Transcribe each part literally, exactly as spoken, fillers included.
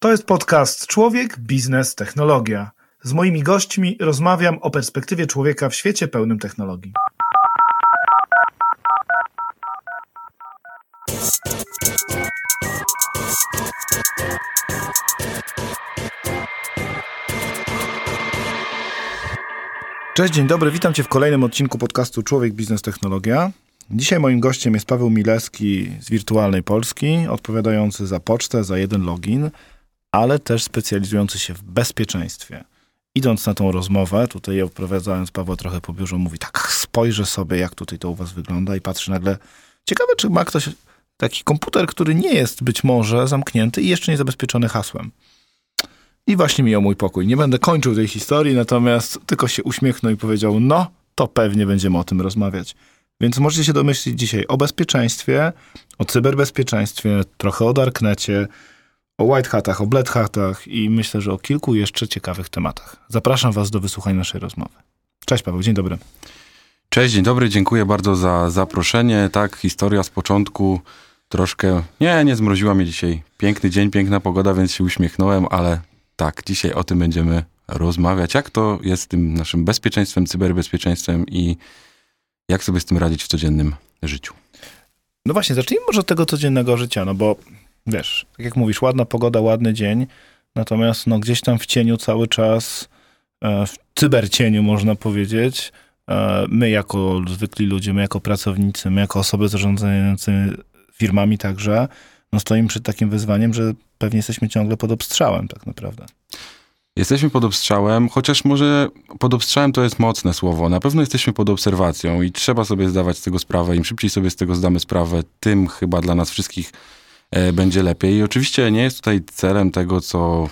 To jest podcast Człowiek, Biznes, Technologia. Z moimi gośćmi rozmawiam o perspektywie człowieka w świecie pełnym technologii. Cześć, dzień dobry, witam Cię w kolejnym odcinku podcastu Człowiek, Biznes, Technologia. Dzisiaj moim gościem jest Paweł Milewski z Wirtualnej Polski, odpowiadający za pocztę, za jeden login, ale też specjalizujący się w bezpieczeństwie. Idąc na tą rozmowę, tutaj ja oprowadzając Pawła trochę po biurze, mówi tak, spojrzę sobie, jak tutaj to u was wygląda i patrzy nagle, ciekawe, czy ma ktoś taki komputer, który nie jest być może zamknięty i jeszcze nie zabezpieczony hasłem. I właśnie mi o mój pokój. Nie będę kończył tej historii, natomiast tylko się uśmiechnął i powiedział, no, to pewnie będziemy o tym rozmawiać. Więc możecie się domyślić dzisiaj o bezpieczeństwie, o cyberbezpieczeństwie, trochę o darknecie, o white hatach, o black hatach i myślę, że o kilku jeszcze ciekawych tematach. Zapraszam was do wysłuchania naszej rozmowy. Cześć Paweł, dzień dobry. Cześć, dzień dobry, dziękuję bardzo za zaproszenie. Tak, historia z początku troszkę, nie, nie zmroziła mnie dzisiaj. Piękny dzień, piękna pogoda, więc się uśmiechnąłem, ale tak, dzisiaj o tym będziemy rozmawiać. Jak to jest z tym naszym bezpieczeństwem, cyberbezpieczeństwem i jak sobie z tym radzić w codziennym życiu? No właśnie, zacznijmy może od tego codziennego życia, no bo wiesz, tak jak mówisz, ładna pogoda, ładny dzień, natomiast no gdzieś tam w cieniu cały czas, w cybercieniu można powiedzieć, my jako zwykli ludzie, my jako pracownicy, my jako osoby zarządzające firmami także, no stoimy przed takim wyzwaniem, że pewnie jesteśmy ciągle pod obstrzałem tak naprawdę. Jesteśmy pod obstrzałem, chociaż może pod obstrzałem to jest mocne słowo. Na pewno jesteśmy pod obserwacją i trzeba sobie zdawać z tego sprawę. Im szybciej sobie z tego zdamy sprawę, tym chyba dla nas wszystkich e, będzie lepiej. I oczywiście nie jest tutaj celem tego, co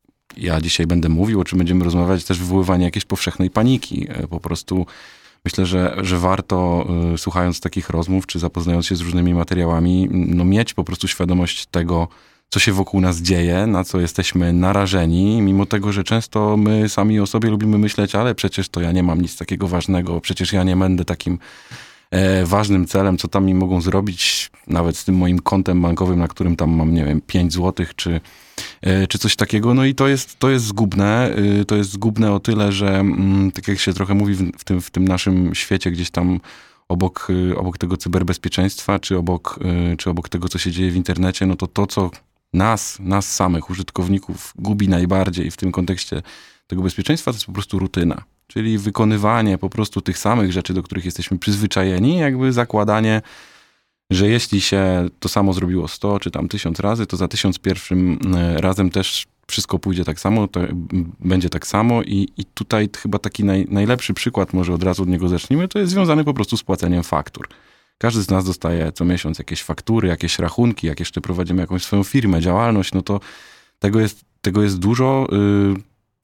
ja dzisiaj będę mówił, o czym będziemy rozmawiać, też wywoływanie jakiejś powszechnej paniki. E, po prostu myślę, że, że warto, e, słuchając takich rozmów, czy zapoznając się z różnymi materiałami, no mieć po prostu świadomość tego, co się wokół nas dzieje, na co jesteśmy narażeni, mimo tego, że często my sami o sobie lubimy myśleć, ale przecież to ja nie mam nic takiego ważnego, przecież ja nie będę takim e, ważnym celem, co tam mi mogą zrobić, nawet z tym moim kontem bankowym, na którym tam mam, nie wiem, pięć złotych, czy, e, czy coś takiego. No i to jest, to jest zgubne. E, to jest zgubne o tyle, że mm, tak jak się trochę mówi w, w, tym, w tym naszym świecie gdzieś tam obok, e, obok tego cyberbezpieczeństwa, czy obok, e, czy obok tego, co się dzieje w internecie, no to to, co Nas, nas samych, użytkowników gubi najbardziej w tym kontekście tego bezpieczeństwa, to jest po prostu rutyna. Czyli wykonywanie po prostu tych samych rzeczy, do których jesteśmy przyzwyczajeni, jakby zakładanie, że jeśli się to samo zrobiło sto czy tam tysiąc razy, to za tysiąc pierwszym razem też wszystko pójdzie tak samo, to będzie tak samo i, i tutaj chyba taki naj, najlepszy przykład, może od razu od niego zacznijmy, to jest związany po prostu z płaceniem faktur. Każdy z nas dostaje co miesiąc jakieś faktury, jakieś rachunki, jak jeszcze prowadzimy jakąś swoją firmę, działalność, no to tego jest, tego jest dużo yy,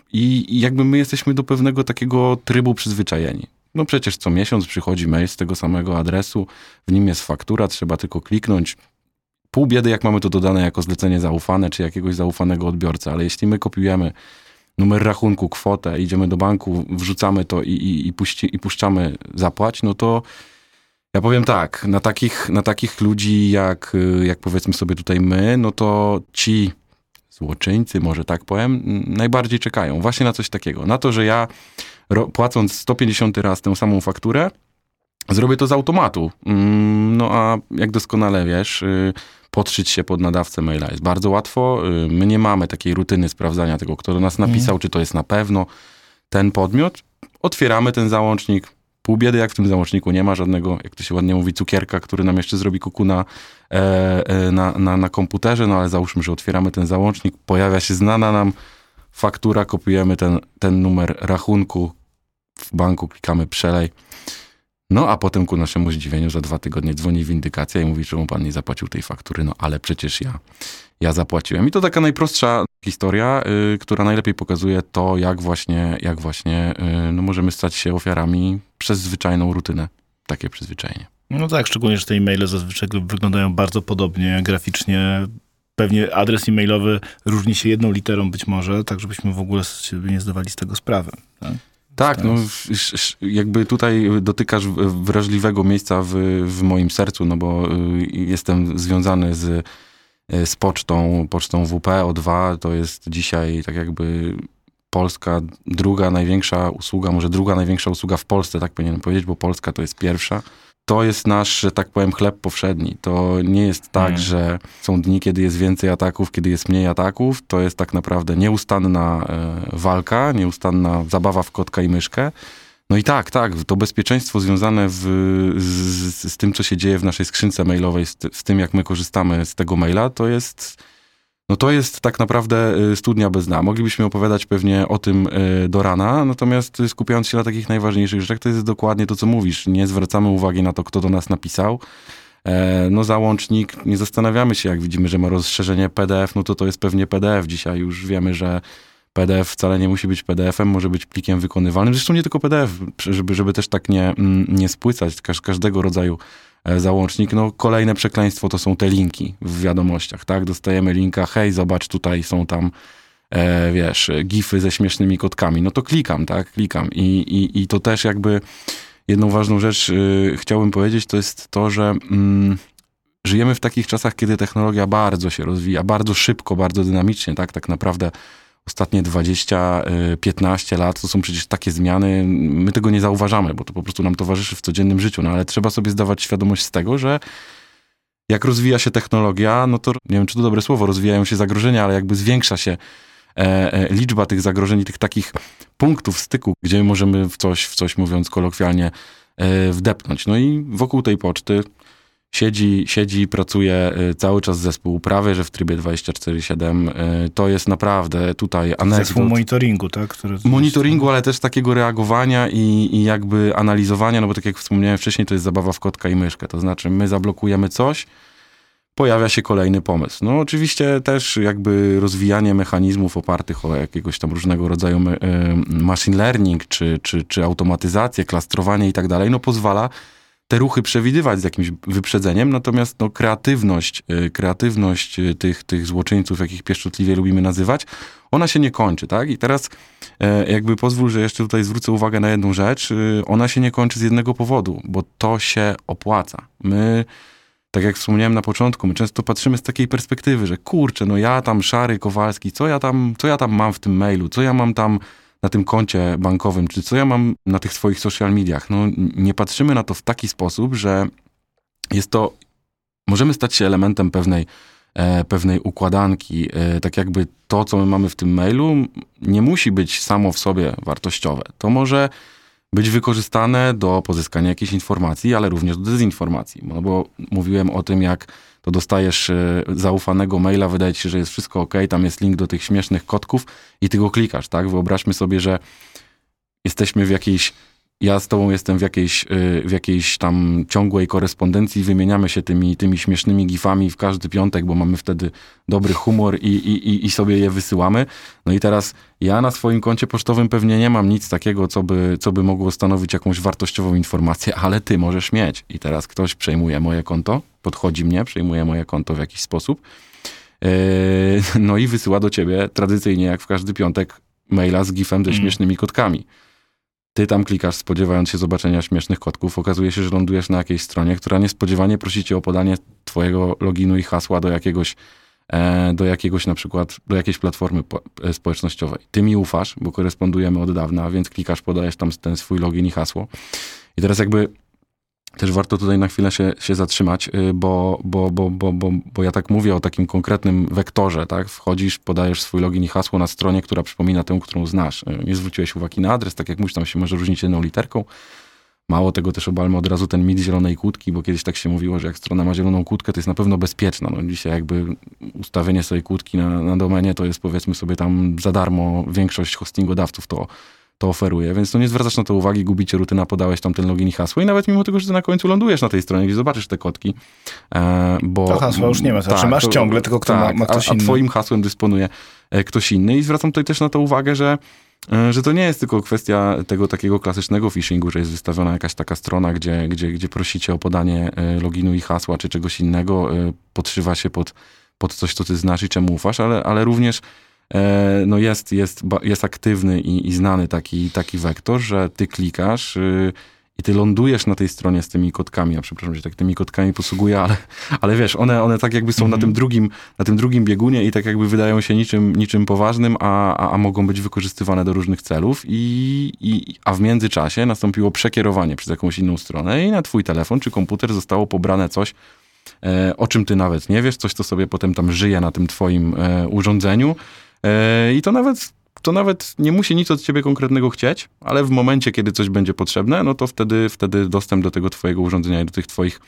i jakby my jesteśmy do pewnego takiego trybu przyzwyczajeni. No przecież co miesiąc przychodzi mail z tego samego adresu, w nim jest faktura, trzeba tylko kliknąć. Pół biedy, jak mamy to dodane jako zlecenie zaufane, czy jakiegoś zaufanego odbiorcy, ale jeśli my kopiujemy numer rachunku, kwotę, idziemy do banku, wrzucamy to i, i, i, puści, i puszczamy zapłać, no to ja powiem tak, na takich, na takich ludzi jak, jak powiedzmy sobie tutaj my, no to ci złoczyńcy, może tak powiem, najbardziej czekają właśnie na coś takiego. Na to, że ja ro, płacąc sto pięćdziesiąty raz tę samą fakturę, zrobię to z automatu. No a jak doskonale wiesz, podszyć się pod nadawcę maila jest bardzo łatwo. My nie mamy takiej rutyny sprawdzania tego, kto do nas napisał, mm. czy to jest na pewno ten podmiot. Otwieramy ten załącznik. Pół biedy, jak w tym załączniku nie ma żadnego, jak to się ładnie mówi, cukierka, który nam jeszcze zrobi kuku na, e, na, na, na komputerze, no ale załóżmy, że otwieramy ten załącznik, pojawia się znana nam faktura, kopiujemy ten, ten numer rachunku w banku, klikamy przelej, no a potem ku naszemu zdziwieniu za dwa tygodnie dzwoni windykacja i mówi, czemu pan nie zapłacił tej faktury, no ale przecież ja, ja zapłaciłem. I to taka najprostsza historia, y, która najlepiej pokazuje to, jak właśnie, jak właśnie y, no możemy stać się ofiarami przez zwyczajną rutynę, takie przyzwyczajenie. No tak, szczególnie, że te e-maile zazwyczaj wyglądają bardzo podobnie, graficznie. Pewnie adres e-mailowy różni się jedną literą być może, tak żebyśmy w ogóle sobie nie zdawali z tego sprawy. Tak? Tak, no jakby tutaj dotykasz wrażliwego miejsca w, w moim sercu, no bo jestem związany z, z pocztą, pocztą W P O dwa, to jest dzisiaj tak jakby Polska druga największa usługa, może druga największa usługa w Polsce, tak powinienem powiedzieć, bo Polska to jest pierwsza. To jest nasz, że tak powiem, chleb powszedni. To nie jest tak, hmm. że są dni, kiedy jest więcej ataków, kiedy jest mniej ataków. To jest tak naprawdę nieustanna e, walka, nieustanna zabawa w kotka i myszkę. No i tak, tak, to bezpieczeństwo związane w, z, z tym, co się dzieje w naszej skrzynce mailowej, z, z tym, jak my korzystamy z tego maila, to jest, no to jest tak naprawdę studnia bez dna. Moglibyśmy opowiadać pewnie o tym do rana, natomiast skupiając się na takich najważniejszych rzeczach, to jest dokładnie to, co mówisz. Nie zwracamy uwagi na to, kto do nas napisał. No załącznik, nie zastanawiamy się, jak widzimy, że ma rozszerzenie P D F, no to to jest pewnie P D F. Dzisiaj już wiemy, że P D F wcale nie musi być P D F-em, może być plikiem wykonywalnym. Zresztą nie tylko P D F, żeby, żeby też tak nie, nie spłycać każ, każdego rodzaju załącznik. No kolejne przekleństwo to są te linki w wiadomościach, tak? Dostajemy linka, hej, zobacz, tutaj są tam, e, wiesz, gify ze śmiesznymi kotkami. No to klikam, tak? Klikam. I, i, i to też jakby jedną ważną rzecz y, chciałbym powiedzieć, to jest to, że mm, żyjemy w takich czasach, kiedy technologia bardzo się rozwija, bardzo szybko, bardzo dynamicznie, tak? Tak naprawdę ostatnie dwadzieścia piętnaście lat, to są przecież takie zmiany, my tego nie zauważamy, bo to po prostu nam towarzyszy w codziennym życiu, no ale trzeba sobie zdawać świadomość z tego, że jak rozwija się technologia, no to, nie wiem, czy to dobre słowo, rozwijają się zagrożenia, ale jakby zwiększa się e, e, liczba tych zagrożeń, tych takich punktów styku, gdzie możemy w coś, w coś mówiąc kolokwialnie, e, wdepnąć. No i wokół tej poczty Siedzi, siedzi, pracuje cały czas zespół, prawie że w trybie dwadzieścia cztery siedem. To jest naprawdę tutaj anegdot. Zespół monitoringu, tak? Który monitoringu, ale też takiego reagowania i, i jakby analizowania, no bo tak jak wspomniałem wcześniej, to jest zabawa w kotka i myszkę. To znaczy my zablokujemy coś, pojawia się kolejny pomysł. No oczywiście też jakby rozwijanie mechanizmów opartych o jakiegoś tam różnego rodzaju machine learning, czy, czy, czy automatyzację, klastrowanie i tak dalej, no pozwala te ruchy przewidywać z jakimś wyprzedzeniem, natomiast no, kreatywność, kreatywność tych, tych złoczyńców, jakich pieszczotliwie lubimy nazywać, ona się nie kończy, tak? I teraz jakby pozwól, że jeszcze tutaj zwrócę uwagę na jedną rzecz. Ona się nie kończy z jednego powodu, bo to się opłaca. My, tak jak wspomniałem na początku, my często patrzymy z takiej perspektywy, że kurczę, no ja tam Szary Kowalski, co ja tam, co ja tam mam w tym mailu, co ja mam tam na tym koncie bankowym, czy co ja mam na tych swoich social mediach. No nie patrzymy na to w taki sposób, że jest to, możemy stać się elementem pewnej, e, pewnej układanki. E, tak jakby to, co my mamy w tym mailu, nie musi być samo w sobie wartościowe. To może być wykorzystane do pozyskania jakiejś informacji, ale również do dezinformacji. No bo mówiłem o tym, jak to dostajesz zaufanego maila, wydaje ci się, że jest wszystko ok, tam jest link do tych śmiesznych kotków i ty go klikasz, tak? Wyobraźmy sobie, że jesteśmy w jakiejś, ja z tobą jestem w jakiejś, w jakiejś tam ciągłej korespondencji, wymieniamy się tymi, tymi śmiesznymi gifami w każdy piątek, bo mamy wtedy dobry humor i, i, i sobie je wysyłamy. No i teraz ja na swoim koncie pocztowym pewnie nie mam nic takiego, co by, co by mogło stanowić jakąś wartościową informację, ale ty możesz mieć. I teraz ktoś przejmuje moje konto, podchodzi mnie, przejmuje moje konto w jakiś sposób, yy, no i wysyła do ciebie tradycyjnie, jak w każdy piątek, maila z gifem ze śmiesznymi kotkami. Ty tam klikasz, spodziewając się zobaczenia śmiesznych kotków. Okazuje się, że lądujesz na jakiejś stronie, która niespodziewanie prosi cię o podanie twojego loginu i hasła do jakiegoś, e, do jakiegoś na przykład, do jakiejś platformy po, e, społecznościowej. Ty mi ufasz, bo korespondujemy od dawna, więc klikasz, podajesz tam ten swój login i hasło. I teraz jakby też warto tutaj na chwilę się, się zatrzymać, bo, bo, bo, bo, bo, bo ja tak mówię o takim konkretnym wektorze, tak? Wchodzisz, podajesz swój login i hasło na stronie, która przypomina tę, którą znasz. Nie zwróciłeś uwagi na adres, tak jak mówisz, tam się może różnić jedną literką. Mało tego, też obalmy od razu ten mit zielonej kłódki, bo kiedyś tak się mówiło, że jak strona ma zieloną kłódkę, to jest na pewno bezpieczna. No dzisiaj jakby ustawienie sobie kłódki na, na domenie to jest, powiedzmy sobie, tam za darmo większość hostingodawców to to oferuje, więc to nie zwracasz na to uwagi, gubicie rutyna, podałeś tam ten login i hasło i nawet mimo tego, że ty na końcu lądujesz na tej stronie, gdzie zobaczysz te kotki, e, bo... To hasła już nie ma, znaczy tak, masz to, ciągle, tylko kto tak, ma, ma ktoś a, inny. A twoim hasłem dysponuje e, ktoś inny i zwracam tutaj też na to uwagę, że e, że to nie jest tylko kwestia tego takiego klasycznego phishingu, że jest wystawiona jakaś taka strona, gdzie, gdzie, gdzie prosicie o podanie e, loginu i hasła, czy czegoś innego, e, podszywa się pod, pod coś, co ty znasz i czemu ufasz, ale, ale również no jest, jest, jest aktywny i, i znany taki, taki wektor, że ty klikasz yy, i ty lądujesz na tej stronie z tymi kotkami, ja przepraszam, że tak tymi kotkami posługuję, ale, ale wiesz, one, one tak jakby są mm-hmm. na tym drugim, na tym drugim biegunie i tak jakby wydają się niczym, niczym poważnym, a, a, a mogą być wykorzystywane do różnych celów i, i, a w międzyczasie nastąpiło przekierowanie przez jakąś inną stronę i na twój telefon czy komputer zostało pobrane coś, e, o czym ty nawet nie wiesz, coś, co sobie potem tam żyje na tym twoim e, urządzeniu e, i to nawet to nawet nie musi nic od ciebie konkretnego chcieć, ale w momencie, kiedy coś będzie potrzebne, no to wtedy, wtedy dostęp do tego twojego urządzenia i do tych twoich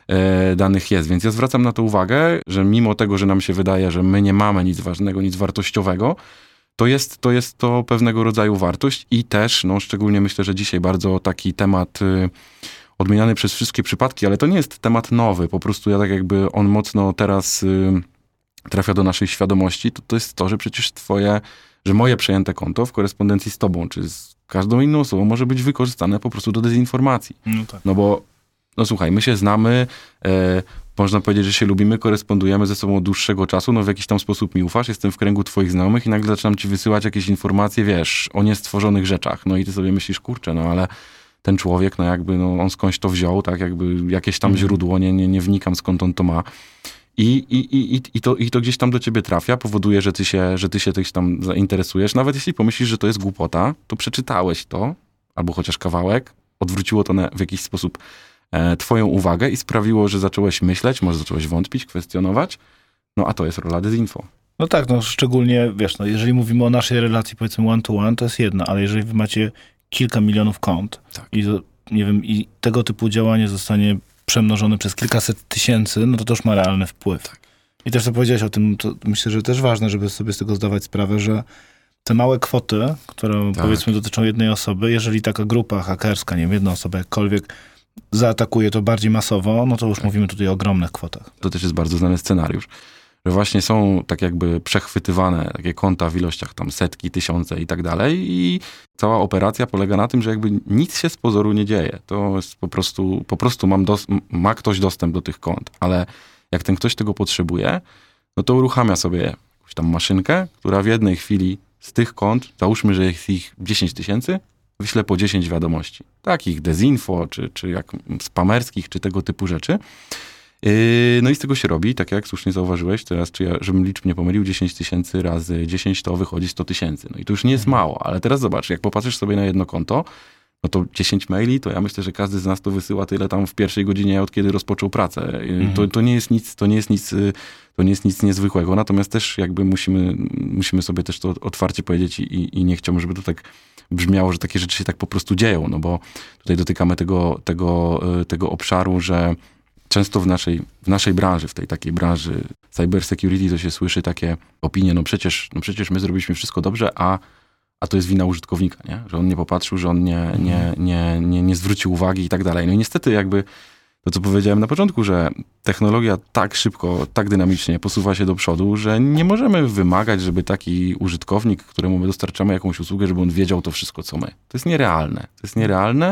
e, danych jest. Więc ja zwracam na to uwagę, że mimo tego, że nam się wydaje, że my nie mamy nic ważnego, nic wartościowego, to jest to, jest to pewnego rodzaju wartość i też, no szczególnie myślę, że dzisiaj bardzo taki temat y, odmieniany przez wszystkie przypadki, ale to nie jest temat nowy, po prostu ja tak jakby on mocno teraz y, trafia do naszej świadomości, to, to jest to, że przecież twoje że moje przejęte konto w korespondencji z tobą, czy z każdą inną osobą może być wykorzystane po prostu do dezinformacji. No, tak. no bo, no słuchaj, my się znamy, e, można powiedzieć, że się lubimy, korespondujemy ze sobą od dłuższego czasu, no w jakiś tam sposób mi ufasz, jestem w kręgu twoich znajomych i nagle zaczynam ci wysyłać jakieś informacje, wiesz, o niestworzonych rzeczach. No i ty sobie myślisz, kurczę, no ale ten człowiek, no jakby, no on skądś to wziął, tak, jakby jakieś tam mhm. źródło, nie, nie, nie wnikam skąd on to ma. I, i, i, i, to, I to gdzieś tam do ciebie trafia, powoduje, że ty się, że ty się gdzieś tam zainteresujesz. Nawet jeśli pomyślisz, że to jest głupota, to przeczytałeś to, albo chociaż kawałek, odwróciło to na, w jakiś sposób e, twoją uwagę i sprawiło, że zacząłeś myśleć, może zacząłeś wątpić, kwestionować. No a to jest rola dezinfo. No tak, no szczególnie, wiesz, no jeżeli mówimy o naszej relacji, powiedzmy one to one, to jest jedna, ale jeżeli wy macie kilka milionów kont tak. i, nie wiem, i tego typu działanie zostanie przemnożony przez kilkaset tysięcy, no to to już ma realny wpływ. Tak. I też co powiedziałeś o tym, to myślę, że też ważne, żeby sobie z tego zdawać sprawę, że te małe kwoty, które tak. powiedzmy dotyczą jednej osoby, jeżeli taka grupa hakerska, nie wiem, jedna osoba jakkolwiek zaatakuje to bardziej masowo, no to już tak. mówimy tutaj o ogromnych kwotach. To też jest bardzo znany scenariusz, że właśnie są tak jakby przechwytywane takie konta w ilościach tam setki, tysiące i tak dalej i cała operacja polega na tym, że jakby nic się z pozoru nie dzieje. To jest po prostu, po prostu mam dos- ma ktoś dostęp do tych kont, ale jak ten ktoś tego potrzebuje, no to uruchamia sobie jakąś tam maszynkę, która w jednej chwili z tych kont, załóżmy, że jest ich dziesięć tysięcy, wyślę po dziesięć wiadomości. Takich dezinfo, czy, czy jak spamerskich, czy tego typu rzeczy. No i z tego się robi, tak jak słusznie zauważyłeś, teraz, czy ja, żebym liczb nie pomylił, dziesięć tysięcy razy dziesięć to wychodzi sto tysięcy. No i to już nie jest mało, ale teraz zobacz, jak popatrzysz sobie na jedno konto, no to dziesięć maili, to ja myślę, że każdy z nas to wysyła tyle tam w pierwszej godzinie, od kiedy rozpoczął pracę. Mhm. To, to nie jest nic, to nie jest nic, to nie jest nic niezwykłego, natomiast też jakby musimy, musimy sobie też to otwarcie powiedzieć i, i nie chciałbym, żeby to tak brzmiało, że takie rzeczy się tak po prostu dzieją, no bo tutaj dotykamy tego, tego, tego obszaru, że często w naszej, w naszej branży, w tej takiej branży cyber security to się słyszy takie opinie, no przecież, no przecież my zrobiliśmy wszystko dobrze, a, a to jest wina użytkownika, nie? Że on nie popatrzył, że on nie, nie, nie, nie, nie zwrócił uwagi i tak dalej. No i niestety jakby to, co powiedziałem na początku, że technologia tak szybko, tak dynamicznie posuwa się do przodu, że nie możemy wymagać, żeby taki użytkownik, któremu my dostarczamy jakąś usługę, żeby on wiedział to wszystko, co my. To jest nierealne. To jest nierealne.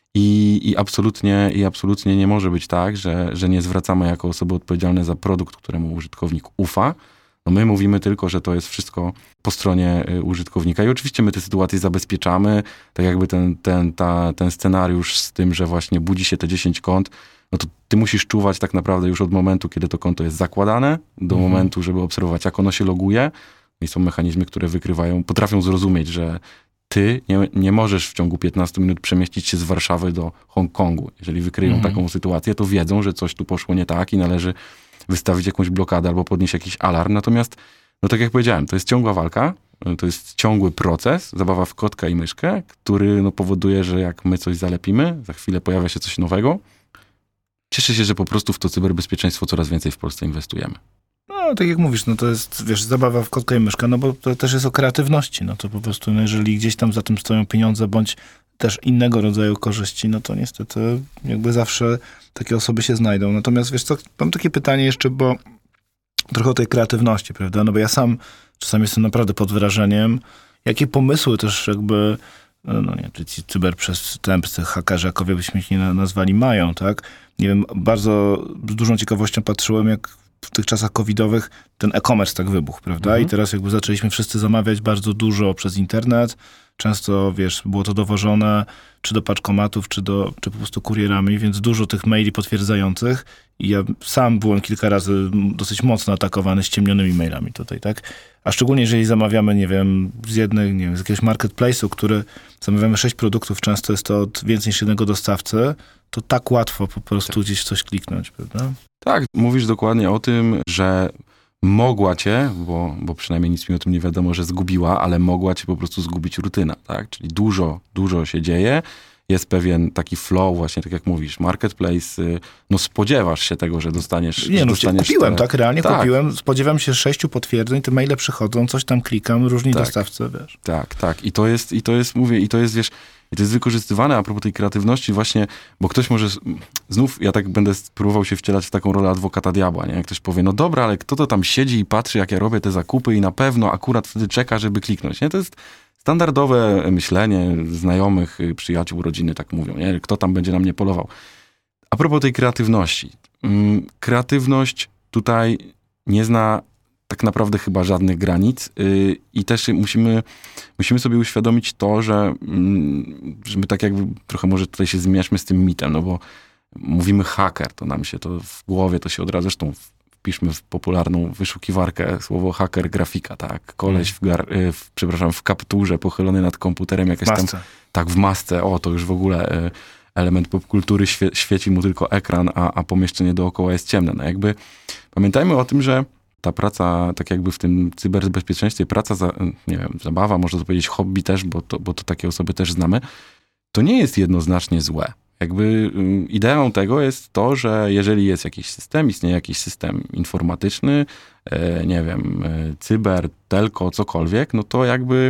I, i, absolutnie, I absolutnie nie może być tak, że, że nie zwracamy jako osoby odpowiedzialne za produkt, któremu użytkownik ufa. No my mówimy tylko, że to jest wszystko po stronie użytkownika. I oczywiście my te sytuacje zabezpieczamy, tak jakby ten, ten, ta, ten scenariusz z tym, że właśnie budzi się te dziesięć kont, no to ty musisz czuwać tak naprawdę już od momentu, kiedy to konto jest zakładane, do mhm. momentu, żeby obserwować, jak ono się loguje. I są mechanizmy, które wykrywają, potrafią zrozumieć, że ty nie, nie możesz w ciągu piętnastu minut przemieścić się z Warszawy do Hongkongu. Jeżeli wykryją mhm. taką sytuację, to wiedzą, że coś tu poszło nie tak i należy wystawić jakąś blokadę albo podnieść jakiś alarm. Natomiast, no tak jak powiedziałem, to jest ciągła walka, to jest ciągły proces, zabawa w kotka i myszkę, który no, powoduje, że jak my coś zalepimy, za chwilę pojawia się coś nowego. Cieszę się, że po prostu w to cyberbezpieczeństwo coraz więcej w Polsce inwestujemy. No, tak jak mówisz, no to jest, wiesz, zabawa w kotka i myszka, no bo to też jest o kreatywności, no to po prostu, no jeżeli gdzieś tam za tym stoją pieniądze, bądź też innego rodzaju korzyści, no to niestety jakby zawsze takie osoby się znajdą. Natomiast wiesz co, mam takie pytanie jeszcze, bo trochę o tej kreatywności, prawda, no bo ja sam czasami jestem naprawdę pod wrażeniem, jakie pomysły też jakby, no nie, czy ci cyberprzestępcy, hakerzy, jakowie byśmy ich nie nazwali, mają, tak? Nie wiem, bardzo z dużą ciekawością patrzyłem, jak w tych czasach covidowych ten e-commerce tak wybuchł, prawda? Mhm. I teraz jakby zaczęliśmy wszyscy zamawiać bardzo dużo przez internet, Często, wiesz, było to dowożone czy do paczkomatów, czy, do, czy po prostu kurierami, więc dużo tych maili potwierdzających i ja sam byłem kilka razy dosyć mocno atakowany ściemnionymi mailami tutaj, tak? A szczególnie jeżeli zamawiamy, nie wiem, z jednej, nie wiem, z jakiegoś marketplace'u, który zamawiamy sześć produktów, często jest to od więcej niż jednego dostawcy, to tak łatwo po prostu tak. gdzieś coś kliknąć, prawda? Tak, mówisz dokładnie o tym, że mogła cię, bo, bo przynajmniej nic mi o tym nie wiadomo, że zgubiła, ale mogła cię po prostu zgubić rutyna, tak? Czyli dużo, dużo się dzieje, jest pewien taki flow, właśnie tak jak mówisz, marketplace, no spodziewasz się tego, że dostaniesz... Nie, no dostaniesz kupiłem, te... tak? Realnie tak. kupiłem, spodziewam się sześciu potwierdzeń, te maile przychodzą, coś tam klikam, różni tak. dostawcy, wiesz. Tak, tak. I to jest, i to jest, mówię, i to jest, wiesz, i to jest wykorzystywane a propos tej kreatywności właśnie, bo ktoś może, znów ja tak będę próbował się wcielać w taką rolę adwokata diabła, nie? Jak ktoś powie, no dobra, ale kto to tam siedzi i patrzy, jak ja robię te zakupy i na pewno akurat wtedy czeka, żeby kliknąć, nie? To jest standardowe myślenie znajomych, przyjaciół, rodziny, tak mówią, nie? Kto tam będzie na mnie polował. A propos tej kreatywności. Kreatywność tutaj nie zna tak naprawdę chyba żadnych granic yy, i też musimy, musimy sobie uświadomić to, że yy, żeby tak jakby trochę może tutaj się zmierzmy z tym mitem, no bo mówimy haker, to nam się to w głowie, to się od razu, zresztą wpiszmy w popularną wyszukiwarkę słowo haker, grafika, tak, koleś w, gar, yy, w przepraszam, w kapturze pochylony nad komputerem, jakaś tam, tak, w masce, o, to już w ogóle yy, element popkultury, świe, świeci mu tylko ekran, a, a pomieszczenie dookoła jest ciemne. No jakby pamiętajmy o tym, że ta praca, tak jakby w tym cyberbezpieczeństwie, praca, za, nie wiem, zabawa, można to powiedzieć hobby też, bo to, bo to takie osoby też znamy, to nie jest jednoznacznie złe. Jakby ideą tego jest to, że jeżeli jest jakiś system, istnieje jakiś system informatyczny, nie wiem, cyber, telko, cokolwiek, no to jakby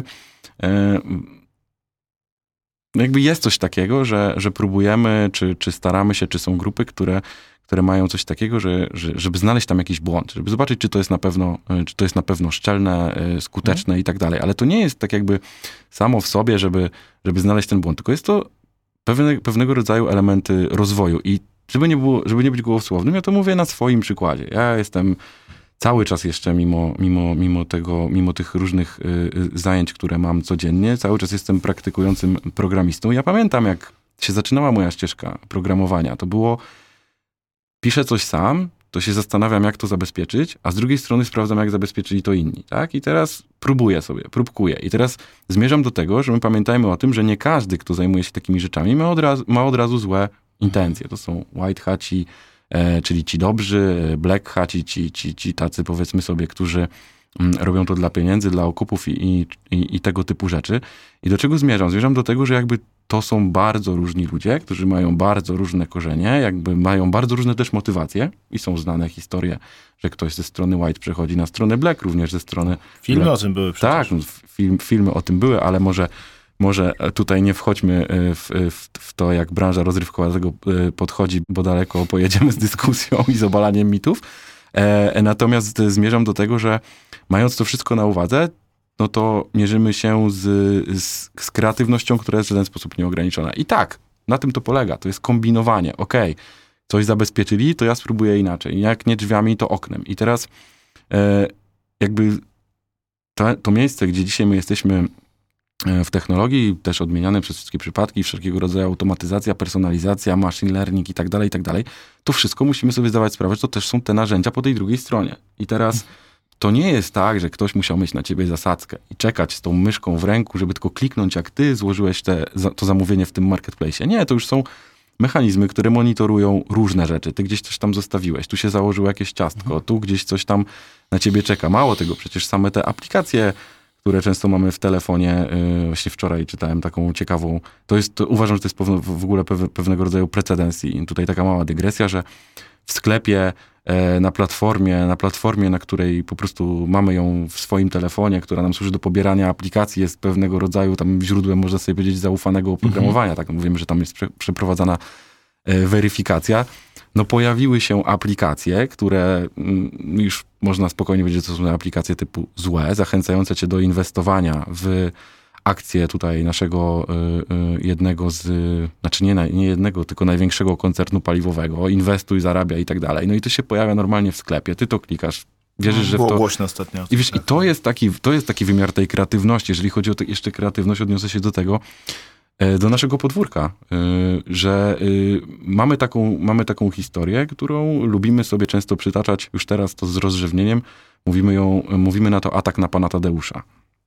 jakby jest coś takiego, że, że próbujemy, czy, czy staramy się, czy są grupy, które które mają coś takiego, że, że, żeby znaleźć tam jakiś błąd, żeby zobaczyć, czy to jest na pewno, czy to jest na pewno szczelne, skuteczne mm. i tak dalej. Ale to nie jest tak jakby samo w sobie, żeby, żeby znaleźć ten błąd, tylko jest to pewne, pewnego rodzaju elementy rozwoju. I żeby nie było, żeby nie być gołosłownym, ja to mówię na swoim przykładzie. Ja jestem cały czas jeszcze, mimo, mimo, mimo tego, mimo tych różnych y, zajęć, które mam codziennie, cały czas jestem praktykującym programistą. Ja pamiętam, jak się zaczynała moja ścieżka programowania. To było piszę coś sam, to się zastanawiam, jak to zabezpieczyć, a z drugiej strony sprawdzam, jak zabezpieczyli to inni, tak? I teraz próbuję sobie, próbkuję. I teraz zmierzam do tego, że my pamiętajmy o tym, że nie każdy, kto zajmuje się takimi rzeczami, ma od razu, ma od razu złe intencje. To są white hati, e, czyli ci dobrzy, black hati, ci, ci, ci tacy, powiedzmy sobie, którzy m, robią to dla pieniędzy, dla okupów i, i, i tego typu rzeczy. I do czego zmierzam? Zmierzam do tego, że jakby to są bardzo różni ludzie, którzy mają bardzo różne korzenie, jakby mają bardzo różne też motywacje i są znane historie, że ktoś ze strony white przechodzi na stronę black, również ze strony... Filmy black. o tym były przecież. Tak, film, filmy o tym były, ale może, może tutaj nie wchodźmy w, w, w to, jak branża rozrywkowa do tego podchodzi, bo daleko pojedziemy z dyskusją i z obalaniem mitów. E, natomiast zmierzam do tego, że mając to wszystko na uwadze, no to mierzymy się z, z, z kreatywnością, która jest w żaden sposób nieograniczona. I tak, na tym to polega. To jest kombinowanie. Okej, okay, coś zabezpieczyli, to ja spróbuję inaczej. Jak nie drzwiami, to oknem. I teraz e, jakby to, to miejsce, gdzie dzisiaj my jesteśmy w technologii, też odmieniane przez wszystkie przypadki, wszelkiego rodzaju automatyzacja, personalizacja, machine learning i tak dalej, i tak dalej, to wszystko musimy sobie zdawać sprawę, że to też są te narzędzia po tej drugiej stronie. I teraz to nie jest tak, że ktoś musiał mieć na ciebie zasadzkę i czekać z tą myszką w ręku, żeby tylko kliknąć, jak ty złożyłeś te, to zamówienie w tym marketplace. Nie, to już są mechanizmy, które monitorują różne rzeczy. Ty gdzieś coś tam zostawiłeś, tu się założyło jakieś ciastko, mhm. tu gdzieś coś tam na ciebie czeka. Mało tego, przecież same te aplikacje, które często mamy w telefonie, yy, właśnie wczoraj czytałem taką ciekawą, to jest, to uważam, że to jest pewne, w ogóle pew, pewnego rodzaju precedens i tutaj taka mała dygresja, że w sklepie, e, na platformie, na platformie, na której po prostu mamy ją w swoim telefonie, która nam służy do pobierania aplikacji, jest pewnego rodzaju tam źródłem, można sobie powiedzieć, zaufanego oprogramowania. Mhm. Tak mówimy, że tam jest prze, przeprowadzana e, weryfikacja. No pojawiły się aplikacje, które mm, już można spokojnie powiedzieć, że to są aplikacje typu złe, zachęcające cię do inwestowania w akcje tutaj naszego y, y, jednego z, znaczy nie, nie jednego, tylko największego koncernu paliwowego, inwestuj, zarabia i tak dalej. No i to się pojawia normalnie w sklepie, ty to klikasz, wierzysz, no, że było w to... głośno ostatnio. I wiesz, i to jest, taki, to jest taki wymiar tej kreatywności. Jeżeli chodzi o te, jeszcze kreatywność, odniosę się do tego, do naszego podwórka, że mamy taką, mamy taką historię, którą lubimy sobie często przytaczać, już teraz to z rozrzewnieniem, mówimy, ją, mówimy na to atak na pana Tadeusza.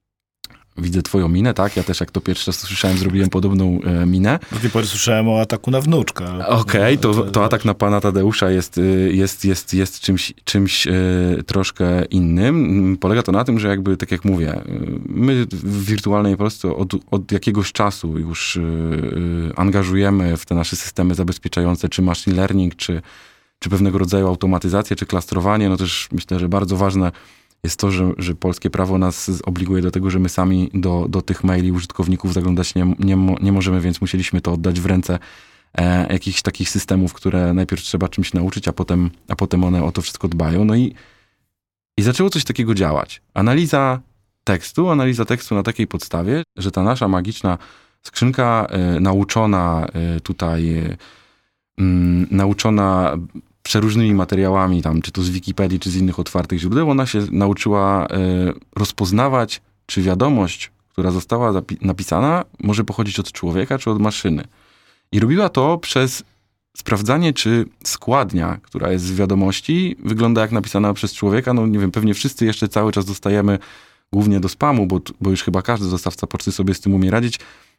Widzę twoją minę, tak? Ja też jak to pierwszy raz słyszałem, zrobiłem podobną e, minę. Do tej pory słyszałem o ataku na wnuczka. Okej, okay, to, to atak na pana Tadeusza jest, jest, jest, jest czymś, czymś e, troszkę innym. Polega to na tym, że jakby, tak jak mówię, my w wirtualnej Polsce od, od jakiegoś czasu już e, angażujemy w te nasze systemy zabezpieczające, czy machine learning, czy, czy pewnego rodzaju automatyzację, czy klastrowanie. No też myślę, że bardzo ważne jest to, że, że polskie prawo nas obliguje do tego, że my sami do, do tych maili użytkowników zaglądać nie, nie, nie możemy, więc musieliśmy to oddać w ręce e, jakichś takich systemów, które najpierw trzeba czymś nauczyć, a potem, a potem one o to wszystko dbają. No i, i zaczęło coś takiego działać. Analiza tekstu, analiza tekstu na takiej podstawie, że ta nasza magiczna skrzynka e, nauczona e, tutaj, e, m, nauczona przeróżnymi materiałami, tam, czy to z Wikipedii, czy z innych otwartych źródeł, ona się nauczyła e, rozpoznawać, czy wiadomość, która została zapi- napisana, może pochodzić od człowieka, czy od maszyny. I robiła to przez sprawdzanie, czy składnia, która jest w wiadomości, wygląda jak napisana przez człowieka. No nie wiem, pewnie wszyscy jeszcze cały czas dostajemy, głównie do spamu, bo, bo już chyba każdy dostawca poczty sobie z tym umie radzić,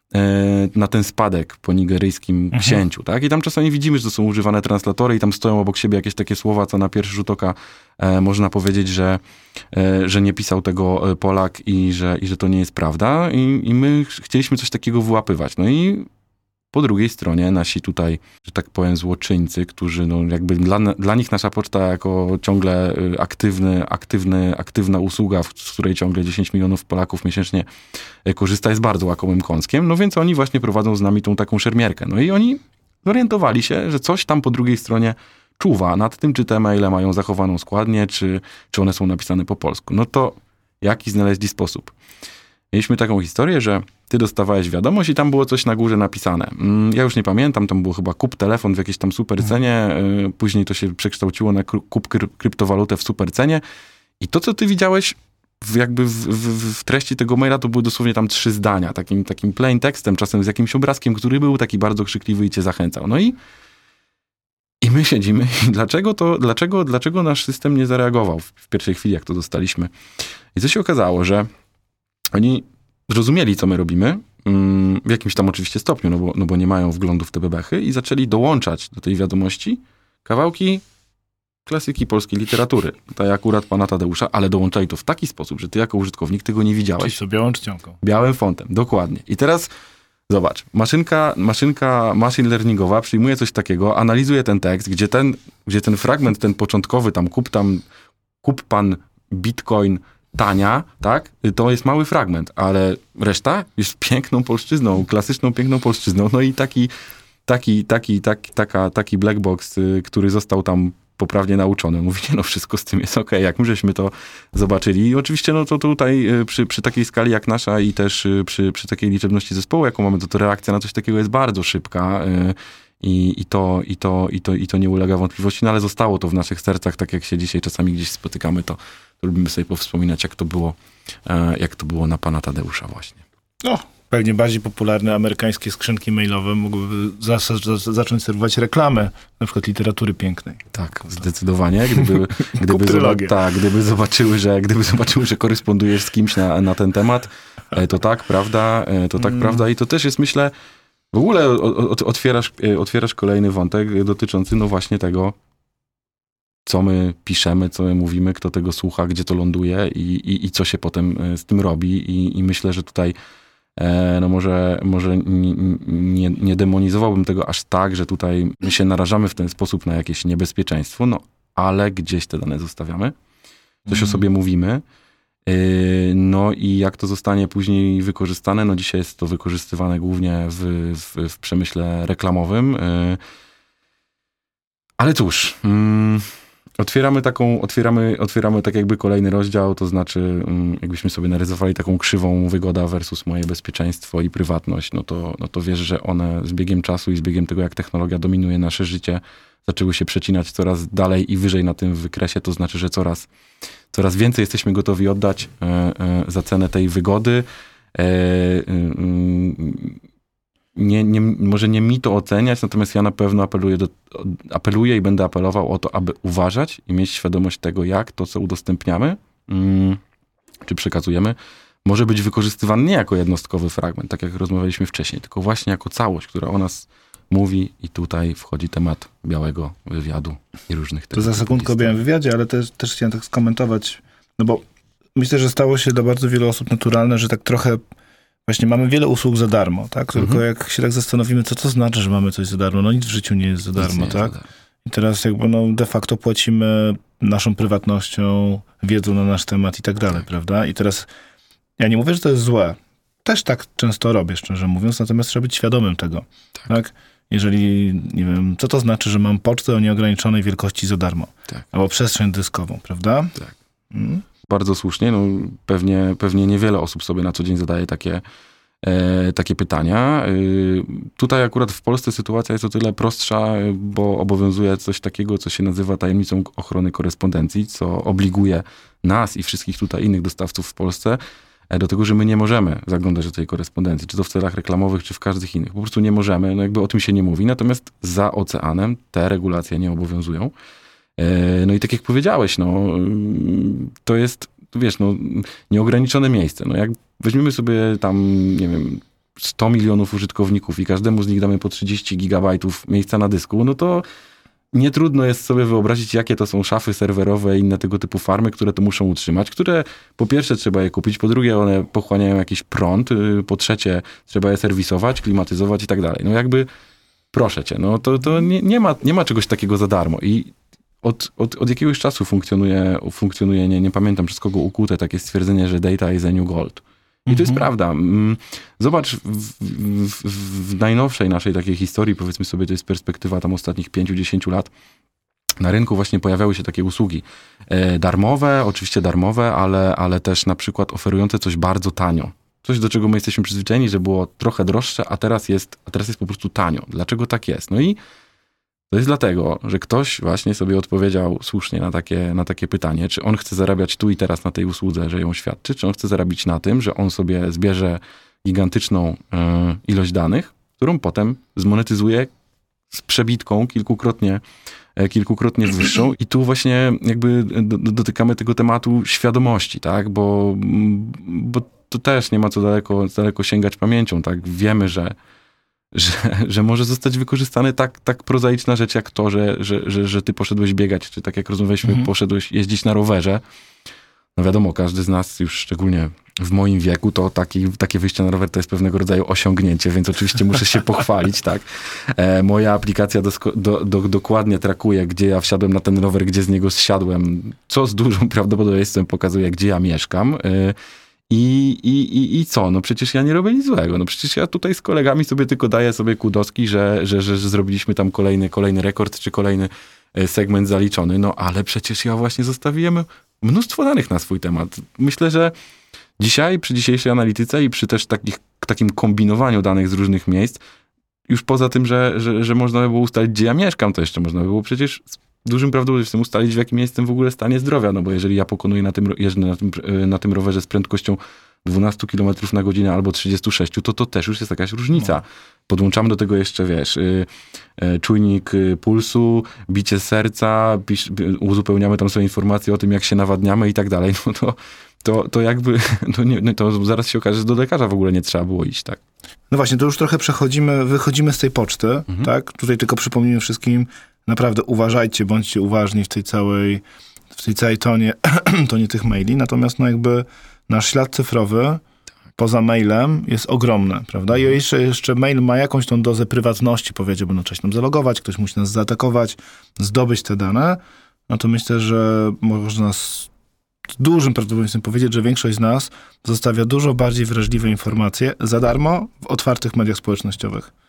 na ten spadek po nigeryjskim mhm. księciu, tak? I tam czasami widzimy, że to są używane translatory i tam stoją obok siebie jakieś takie słowa, co na pierwszy rzut oka e, można powiedzieć, że, e, że nie pisał tego Polak i że, i że to nie jest prawda. I, I my chcieliśmy coś takiego wyłapywać. No i po drugiej stronie nasi tutaj, że tak powiem, złoczyńcy, którzy no jakby dla, dla nich nasza poczta jako ciągle aktywny, aktywny, aktywna usługa, z której ciągle dziesięć milionów Polaków miesięcznie korzysta, jest bardzo łakomym kąskiem, no więc oni właśnie prowadzą z nami tą taką szermierkę. No i oni zorientowali się, że coś tam po drugiej stronie czuwa nad tym, czy te maile mają zachowaną składnię, czy, czy one są napisane po polsku. No to jaki znaleźli sposób? Mieliśmy taką historię, że ty dostawałeś wiadomość i tam było coś na górze napisane. Ja już nie pamiętam, tam było chyba kup telefon w jakiejś tam supercenie, później to się przekształciło na kup kryptowalutę w supercenie i to, co ty widziałeś w, jakby w, w, w treści tego maila, to były dosłownie tam trzy zdania, takim, takim plain tekstem, czasem z jakimś obrazkiem, który był taki bardzo krzykliwy i cię zachęcał. No i I my siedzimy i dlaczego to, dlaczego, dlaczego nasz system nie zareagował w, w pierwszej chwili, jak to dostaliśmy. I co się okazało, że oni zrozumieli, co my robimy, w jakimś tam oczywiście stopniu, no bo, no bo nie mają wglądu w te bebechy i zaczęli dołączać do tej wiadomości kawałki klasyki polskiej literatury. Tak akurat pana Tadeusza, ale dołączali to w taki sposób, że ty jako użytkownik tego nie widziałeś. Czyli sobie białą czcionką. Białym fontem, dokładnie. I teraz zobacz, maszynka, maszynka machine learningowa przyjmuje coś takiego, analizuje ten tekst, gdzie ten, gdzie ten fragment, ten początkowy, tam kup tam, kup pan bitcoin tania, tak? To jest mały fragment, ale reszta jest piękną polszczyzną, klasyczną piękną polszczyzną. No i taki, taki, taki, taki, taka, taki black box, który został tam poprawnie nauczony. Mówi, no wszystko z tym jest okej, okay. Jak my żeśmy to zobaczyli. I oczywiście no to tutaj przy, przy takiej skali jak nasza i też przy, przy takiej liczebności zespołu, jaką mamy, to, to reakcja na coś takiego jest bardzo szybka i, i, to, i, to, i, to, i to nie ulega wątpliwości, no ale zostało to w naszych sercach, tak jak się dzisiaj czasami gdzieś spotykamy, to, to lubimy sobie powspominać, jak to było, jak to było na pana Tadeusza właśnie. No, pewnie bardziej popularne amerykańskie skrzynki mailowe mogłyby zas- zas- zacząć serwować reklamę, na przykład literatury pięknej. Tak, zdecydowanie. Gdyby, gdyby, zoba- tak, gdyby, zobaczyły, że, gdyby zobaczyły, że korespondujesz z kimś na, na ten temat, to tak, prawda, to tak, mm. prawda. I to też jest, myślę, w ogóle otwierasz, otwierasz kolejny wątek dotyczący no właśnie tego, co my piszemy, co my mówimy, kto tego słucha, gdzie to ląduje i, i, i co się potem z tym robi. I, i myślę, że tutaj no może, może nie, nie demonizowałbym tego aż tak, że tutaj my się narażamy w ten sposób na jakieś niebezpieczeństwo, no ale gdzieś te dane zostawiamy, coś mm. o sobie mówimy, no i jak to zostanie później wykorzystane, no dzisiaj jest to wykorzystywane głównie w, w, w przemyśle reklamowym, ale cóż, Otwieramy taką, otwieramy, otwieramy tak jakby kolejny rozdział, to znaczy jakbyśmy sobie narysowali taką krzywą wygoda versus moje bezpieczeństwo i prywatność, no to, no to wiesz, że one z biegiem czasu i z biegiem tego, jak technologia dominuje nasze życie, zaczęły się przecinać coraz dalej i wyżej na tym wykresie, to znaczy, że coraz, coraz więcej jesteśmy gotowi oddać e, e, za cenę tej wygody. E, e, nie, nie, może nie mi to oceniać, natomiast ja na pewno apeluję, do, apeluję i będę apelował o to, aby uważać i mieć świadomość tego, jak to, co udostępniamy, mm, czy przekazujemy, może być wykorzystywane nie jako jednostkowy fragment, tak jak rozmawialiśmy wcześniej, tylko właśnie jako całość, która o nas mówi i tutaj wchodzi temat białego wywiadu i różnych To za sekundkę o białym wywiadzie, ale też, też chciałem tak skomentować, no bo myślę, że stało się dla bardzo wielu osób naturalne, że tak trochę właśnie mamy wiele usług za darmo, tak? Tylko mhm. jak się tak zastanowimy, co to znaczy, że mamy coś za darmo, no nic w życiu nie jest za darmo, tak? Za darmo. I teraz jakby no de facto płacimy naszą prywatnością, wiedzą na nasz temat i tak dalej, tak. prawda? I teraz ja nie mówię, że to jest złe. Też tak często robię, szczerze mówiąc, natomiast trzeba być świadomym tego, tak? tak? Jeżeli, nie wiem, co to znaczy, że mam pocztę o nieograniczonej wielkości za darmo. Tak. Albo przestrzeń dyskową, prawda? Tak. Hmm? Bardzo słusznie. No, pewnie, pewnie niewiele osób sobie na co dzień zadaje takie, e, takie pytania. E, tutaj akurat w Polsce sytuacja jest o tyle prostsza, bo obowiązuje coś takiego, co się nazywa tajemnicą ochrony korespondencji, co obliguje nas i wszystkich tutaj innych dostawców w Polsce do tego, że my nie możemy zaglądać do tej korespondencji, czy to w celach reklamowych, czy w każdych innych. Po prostu nie możemy, no jakby o tym się nie mówi, natomiast za oceanem te regulacje nie obowiązują. No i tak jak powiedziałeś, no to jest, wiesz, no nieograniczone miejsce. No jak weźmiemy sobie tam, nie wiem, sto milionów użytkowników i każdemu z nich damy po trzydzieści gigabajtów miejsca na dysku, no to nie trudno jest sobie wyobrazić, jakie to są szafy serwerowe i inne tego typu farmy, które to muszą utrzymać, które po pierwsze trzeba je kupić, po drugie one pochłaniają jakiś prąd, po trzecie trzeba je serwisować, klimatyzować i tak dalej. No jakby, proszę cię, no to, to nie, nie, ma, nie ma czegoś takiego za darmo i od, od, od jakiegoś czasu funkcjonuje, funkcjonuje nie, nie pamiętam przez kogo ukute takie stwierdzenie, że data is the new gold. I to jest prawda. Zobacz, w, w, w najnowszej naszej takiej historii, powiedzmy sobie, to jest perspektywa tam ostatnich pięciu dziesięciu lat, na rynku właśnie pojawiały się takie usługi e, darmowe, oczywiście darmowe, ale, ale też na przykład oferujące coś bardzo tanio. Coś, do czego my jesteśmy przyzwyczajeni, że było trochę droższe, a teraz jest, a teraz jest po prostu tanio. Dlaczego tak jest? No i to jest dlatego, że ktoś właśnie sobie odpowiedział słusznie na takie, na takie pytanie, czy on chce zarabiać tu i teraz na tej usłudze, że ją świadczy, czy on chce zarabiać na tym, że on sobie zbierze gigantyczną y, ilość danych, którą potem zmonetyzuje z przebitką kilkukrotnie, y, kilkukrotnie wyższą. I tu właśnie jakby do, dotykamy tego tematu świadomości, tak? Bo, bo to też nie ma co daleko, daleko sięgać pamięcią, tak? Wiemy, że Że, że może zostać wykorzystany tak, tak prozaiczna rzecz jak to, że, że, że, że ty poszedłeś biegać, czy tak jak rozmawialiśmy, mhm. poszedłeś jeździć na rowerze. No wiadomo, każdy z nas, już szczególnie w moim wieku, to taki, takie wyjście na rower to jest pewnego rodzaju osiągnięcie, więc oczywiście muszę się pochwalić, tak. E, moja aplikacja dosko, do, do, dokładnie trakuje, gdzie ja wsiadłem na ten rower, gdzie z niego zsiadłem, co z dużym prawdopodobieństwem pokazuje, gdzie ja mieszkam. E, I, i, i, I co? No przecież ja nie robię nic złego. No przecież ja tutaj z kolegami sobie tylko daję sobie kudoski, że, że, że, że zrobiliśmy tam kolejny, kolejny rekord, czy kolejny segment zaliczony. No ale przecież ja właśnie zostawiłem mnóstwo danych na swój temat. Myślę, że dzisiaj, przy dzisiejszej analityce i przy też takich, takim kombinowaniu danych z różnych miejsc, już poza tym, że, że, że można by było ustalić, gdzie ja mieszkam, to jeszcze można by było przecież dużym prawdopodobieństwem ustalić, w jakim jestem w ogóle stanie zdrowia, no bo jeżeli ja pokonuję na tym, jeżdżę na tym, na tym rowerze z prędkością dwanaście kilometrów na godzinę albo trzydzieści sześć, to to też już jest jakaś różnica. No. Podłączamy do tego jeszcze, wiesz, y, y, czujnik y, pulsu, bicie serca, pisz, y, uzupełniamy tam sobie informacje o tym, jak się nawadniamy i tak dalej, no to, to, to jakby, no nie, no to zaraz się okaże, że do lekarza w ogóle nie trzeba było iść, tak? No właśnie, to już trochę przechodzimy, wychodzimy z tej poczty, mhm. tak? Tutaj tylko przypomnijmy wszystkim, naprawdę uważajcie, bądźcie uważni w tej całej, w tej całej tonie, tonie tych maili. Natomiast no jakby nasz ślad cyfrowy tak. poza mailem jest ogromny, prawda? I jeszcze, jeszcze mail ma jakąś tą dozę prywatności, powiedział, bo no trzeba się nam zalogować, ktoś musi nas zaatakować, zdobyć te dane, no to myślę, że można z dużym prawdopodobieństwem powiedzieć, że większość z nas zostawia dużo bardziej wrażliwe informacje za darmo w otwartych mediach społecznościowych.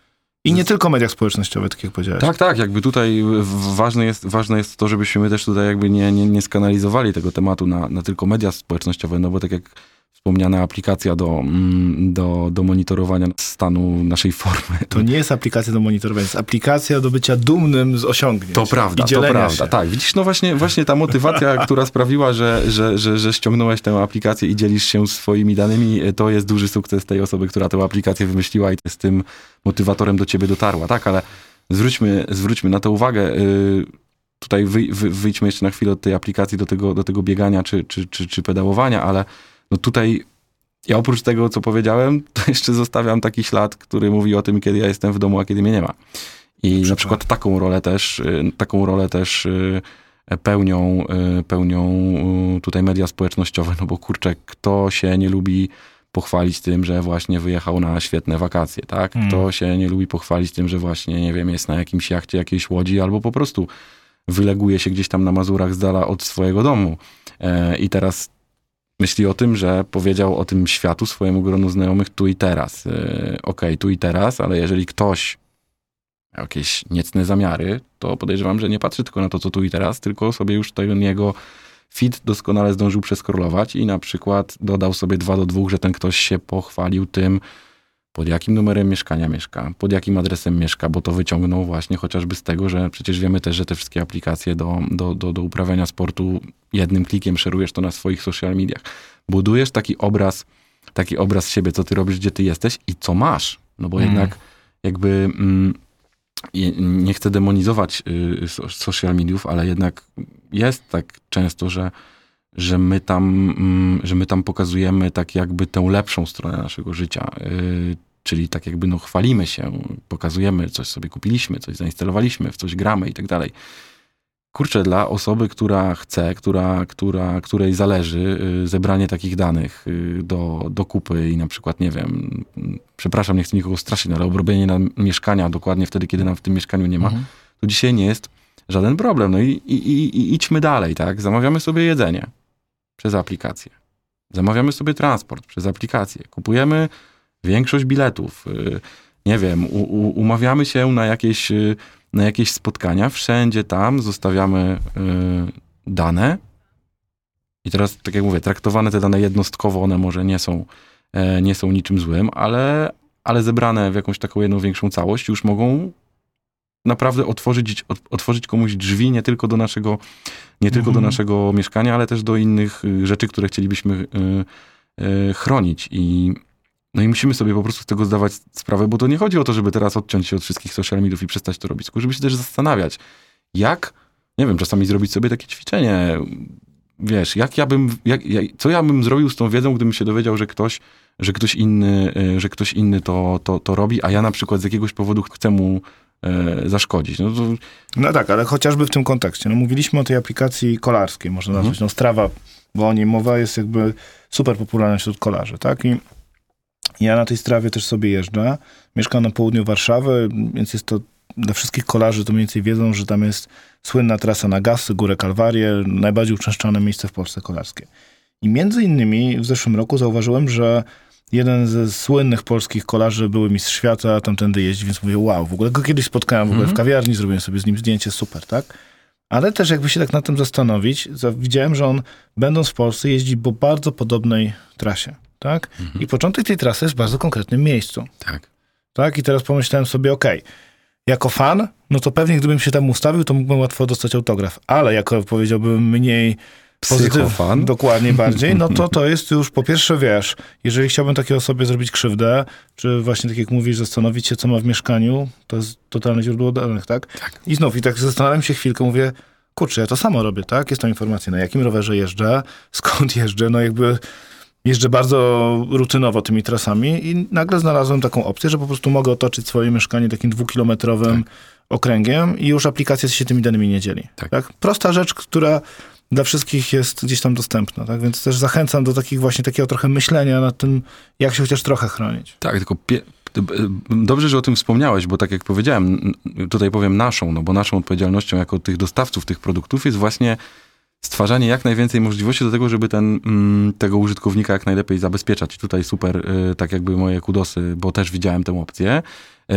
I nie tylko media społecznościowe, tak jak powiedziałeś. Tak, tak, jakby tutaj ważne jest, ważne jest to, żebyśmy też tutaj jakby nie, nie, nie skanalizowali tego tematu na, na tylko media społecznościowe, no bo tak jak wspomniana aplikacja do, do, do monitorowania stanu naszej formy. To nie jest aplikacja do monitorowania, jest aplikacja do bycia dumnym z osiągnięć. To prawda, to prawda. Się. Tak, widzisz, no właśnie, właśnie ta motywacja, która sprawiła, że, że, że, że ściągnąłeś tę aplikację i dzielisz się swoimi danymi, to jest duży sukces tej osoby, która tę aplikację wymyśliła i z tym motywatorem do ciebie dotarła. Tak, ale zwróćmy, zwróćmy na to uwagę. Tutaj wy, wy, wyjdźmy jeszcze na chwilę od tej aplikacji do tego, do tego biegania czy, czy, czy, czy pedałowania, ale no tutaj ja oprócz tego, co powiedziałem, to jeszcze zostawiam taki ślad, który mówi o tym, kiedy ja jestem w domu, a kiedy mnie nie ma. I na przykład taką rolę też, taką rolę też pełnią, pełnią tutaj media społecznościowe, no bo kurczę, kto się nie lubi pochwalić tym, że właśnie wyjechał na świetne wakacje, tak? Kto hmm. się nie lubi pochwalić tym, że właśnie, nie wiem, jest na jakimś jachcie jakiejś łodzi, albo po prostu wyleguje się gdzieś tam na Mazurach z dala od swojego domu. I teraz myśli o tym, że powiedział o tym światu swojemu gronu znajomych tu i teraz. Okej, okay, tu i teraz, ale jeżeli ktoś miał jakieś niecne zamiary, to podejrzewam, że nie patrzy tylko na to, co tu i teraz, tylko sobie już ten jego feed doskonale zdążył przeskrolować i na przykład dodał sobie dwa do dwóch, że ten ktoś się pochwalił tym, pod jakim numerem mieszkania mieszka, pod jakim adresem mieszka, bo to wyciągnął właśnie chociażby z tego, że przecież wiemy też, że te wszystkie aplikacje do, do, do, do uprawiania sportu jednym klikiem szerujesz to na swoich social mediach. Budujesz taki obraz, taki obraz siebie, co ty robisz, gdzie ty jesteś i co masz. No bo mm. jednak jakby mm, nie chcę demonizować y, social mediów, ale jednak jest tak często, że że my tam, że my tam pokazujemy tak jakby tę lepszą stronę naszego życia. Yy, czyli tak jakby no chwalimy się, pokazujemy, coś sobie kupiliśmy, coś zainstalowaliśmy, w coś gramy i tak dalej. Kurczę, dla osoby, która chce, która, która, której zależy yy, zebranie takich danych yy, do, do kupy i na przykład, nie wiem, przepraszam, nie chcę nikogo straszyć, no, ale obrobienie nam mieszkania dokładnie wtedy, kiedy nam w tym mieszkaniu nie ma, mhm. to dzisiaj nie jest żaden problem. No i, i, i, i idźmy dalej, tak? Zamawiamy sobie jedzenie przez aplikację. Zamawiamy sobie transport przez aplikację. Kupujemy większość biletów. Nie wiem, u, u, umawiamy się na jakieś, na jakieś spotkania. Wszędzie tam zostawiamy y, dane. I teraz, tak jak mówię, traktowane te dane jednostkowo, one może nie są, e, nie są niczym złym, ale, ale zebrane w jakąś taką jedną większą całość już mogą naprawdę otworzyć, otworzyć komuś drzwi nie tylko do naszego, nie tylko mhm. do naszego mieszkania, ale też do innych rzeczy, które chcielibyśmy y, y, chronić. I, no i musimy sobie po prostu z tego zdawać sprawę, bo to nie chodzi o to, żeby teraz odciąć się od wszystkich social mediów i przestać to robić, tylko żeby się też zastanawiać, jak, nie wiem, czasami zrobić sobie takie ćwiczenie, wiesz, jak ja bym, jak, jak, co ja bym zrobił z tą wiedzą, gdybym się dowiedział, że ktoś, że ktoś inny, że ktoś inny to, to, to robi, a ja na przykład z jakiegoś powodu chcę mu zaszkodzić. No, to... no tak, ale chociażby w tym kontekście. No, mówiliśmy o tej aplikacji kolarskiej, można nazwać, mhm. no Strava, bo o niej mowa jest jakby super popularna wśród kolarzy, tak? I ja na tej Strawie też sobie jeżdżę. Mieszkam na południu Warszawy, więc jest to dla wszystkich kolarzy, to mniej więcej wiedzą, że tam jest słynna trasa na Gasy, Górę Kalwarię, najbardziej uczęszczane miejsce w Polsce kolarskie. I między innymi w zeszłym roku zauważyłem, że jeden ze słynnych polskich kolarzy, były mistrz świata, tamtędy jeździ, więc mówię, wow, w ogóle go kiedyś spotkałem w ogóle mm-hmm. w kawiarni, zrobiłem sobie z nim zdjęcie, super, tak? Ale też jakby się tak nad tym zastanowić, widziałem, że on, będąc w Polsce, jeździ po bardzo podobnej trasie, tak? Mm-hmm. I początek tej trasy jest w bardzo konkretnym miejscu. Tak. Tak? I teraz pomyślałem sobie, okej, okay, jako fan, no to pewnie gdybym się tam ustawił, to mógłbym łatwo dostać autograf, ale jako, powiedziałbym, mniej psychofan. Dokładnie bardziej, no to to jest już po pierwsze, wiesz, jeżeli chciałbym takiej osobie zrobić krzywdę, czy właśnie tak jak mówisz, zastanowić się, co ma w mieszkaniu, to jest totalne źródło danych, tak? tak? I znów, i tak zastanawiam się chwilkę, mówię, kurczę, ja to samo robię, tak? Jest tam informacja, na jakim rowerze jeżdżę, skąd jeżdżę, no jakby jeżdżę bardzo rutynowo tymi trasami i nagle znalazłem taką opcję, że po prostu mogę otoczyć swoje mieszkanie takim dwukilometrowym tak. okręgiem i już aplikacja się tymi danymi nie dzieli. Tak. tak? Prosta rzecz, która dla wszystkich jest gdzieś tam dostępna, tak? Więc też zachęcam do takich właśnie takiego trochę myślenia nad tym, jak się chociaż trochę chronić. Tak, tylko pie- dobrze, że o tym wspomniałeś, bo tak jak powiedziałem, tutaj powiem naszą, no bo naszą odpowiedzialnością jako tych dostawców tych produktów jest właśnie stwarzanie jak najwięcej możliwości do tego, żeby ten, mm, tego użytkownika jak najlepiej zabezpieczać. I tutaj super, y, tak jakby moje kudosy, bo też widziałem tę opcję. Y,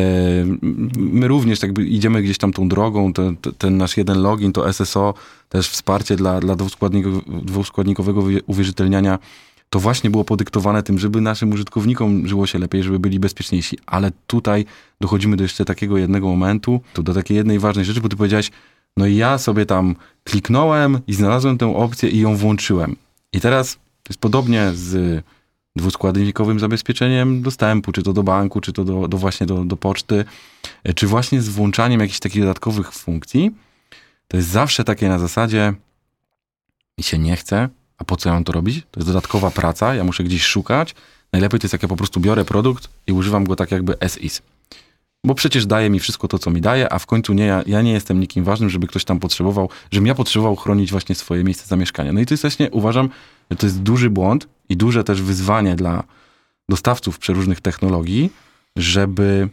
my również jakby idziemy gdzieś tam tą drogą, ten, ten nasz jeden login, to S S O, też wsparcie dla, dla dwuskładnikowego uwierzytelniania, to właśnie było podyktowane tym, żeby naszym użytkownikom żyło się lepiej, żeby byli bezpieczniejsi. Ale tutaj dochodzimy do jeszcze takiego jednego momentu, to do takiej jednej ważnej rzeczy, bo ty powiedziałeś, no i ja sobie tam kliknąłem i znalazłem tę opcję i ją włączyłem. I teraz to jest podobnie z dwuskładnikowym zabezpieczeniem dostępu, czy to do banku, czy to do, do właśnie do, do poczty, czy właśnie z włączaniem jakichś takich dodatkowych funkcji. To jest zawsze takie na zasadzie mi się nie chce, a po co ja mam to robić? To jest dodatkowa praca, ja muszę gdzieś szukać. Najlepiej to jest, jak ja po prostu biorę produkt i używam go tak jakby as is. Bo przecież daje mi wszystko to, co mi daje, a w końcu nie, ja, ja nie jestem nikim ważnym, żeby ktoś tam potrzebował, żebym ja potrzebował chronić właśnie swoje miejsce zamieszkania. No i to jest właśnie, uważam, że to jest duży błąd i duże też wyzwanie dla dostawców przeróżnych technologii, żeby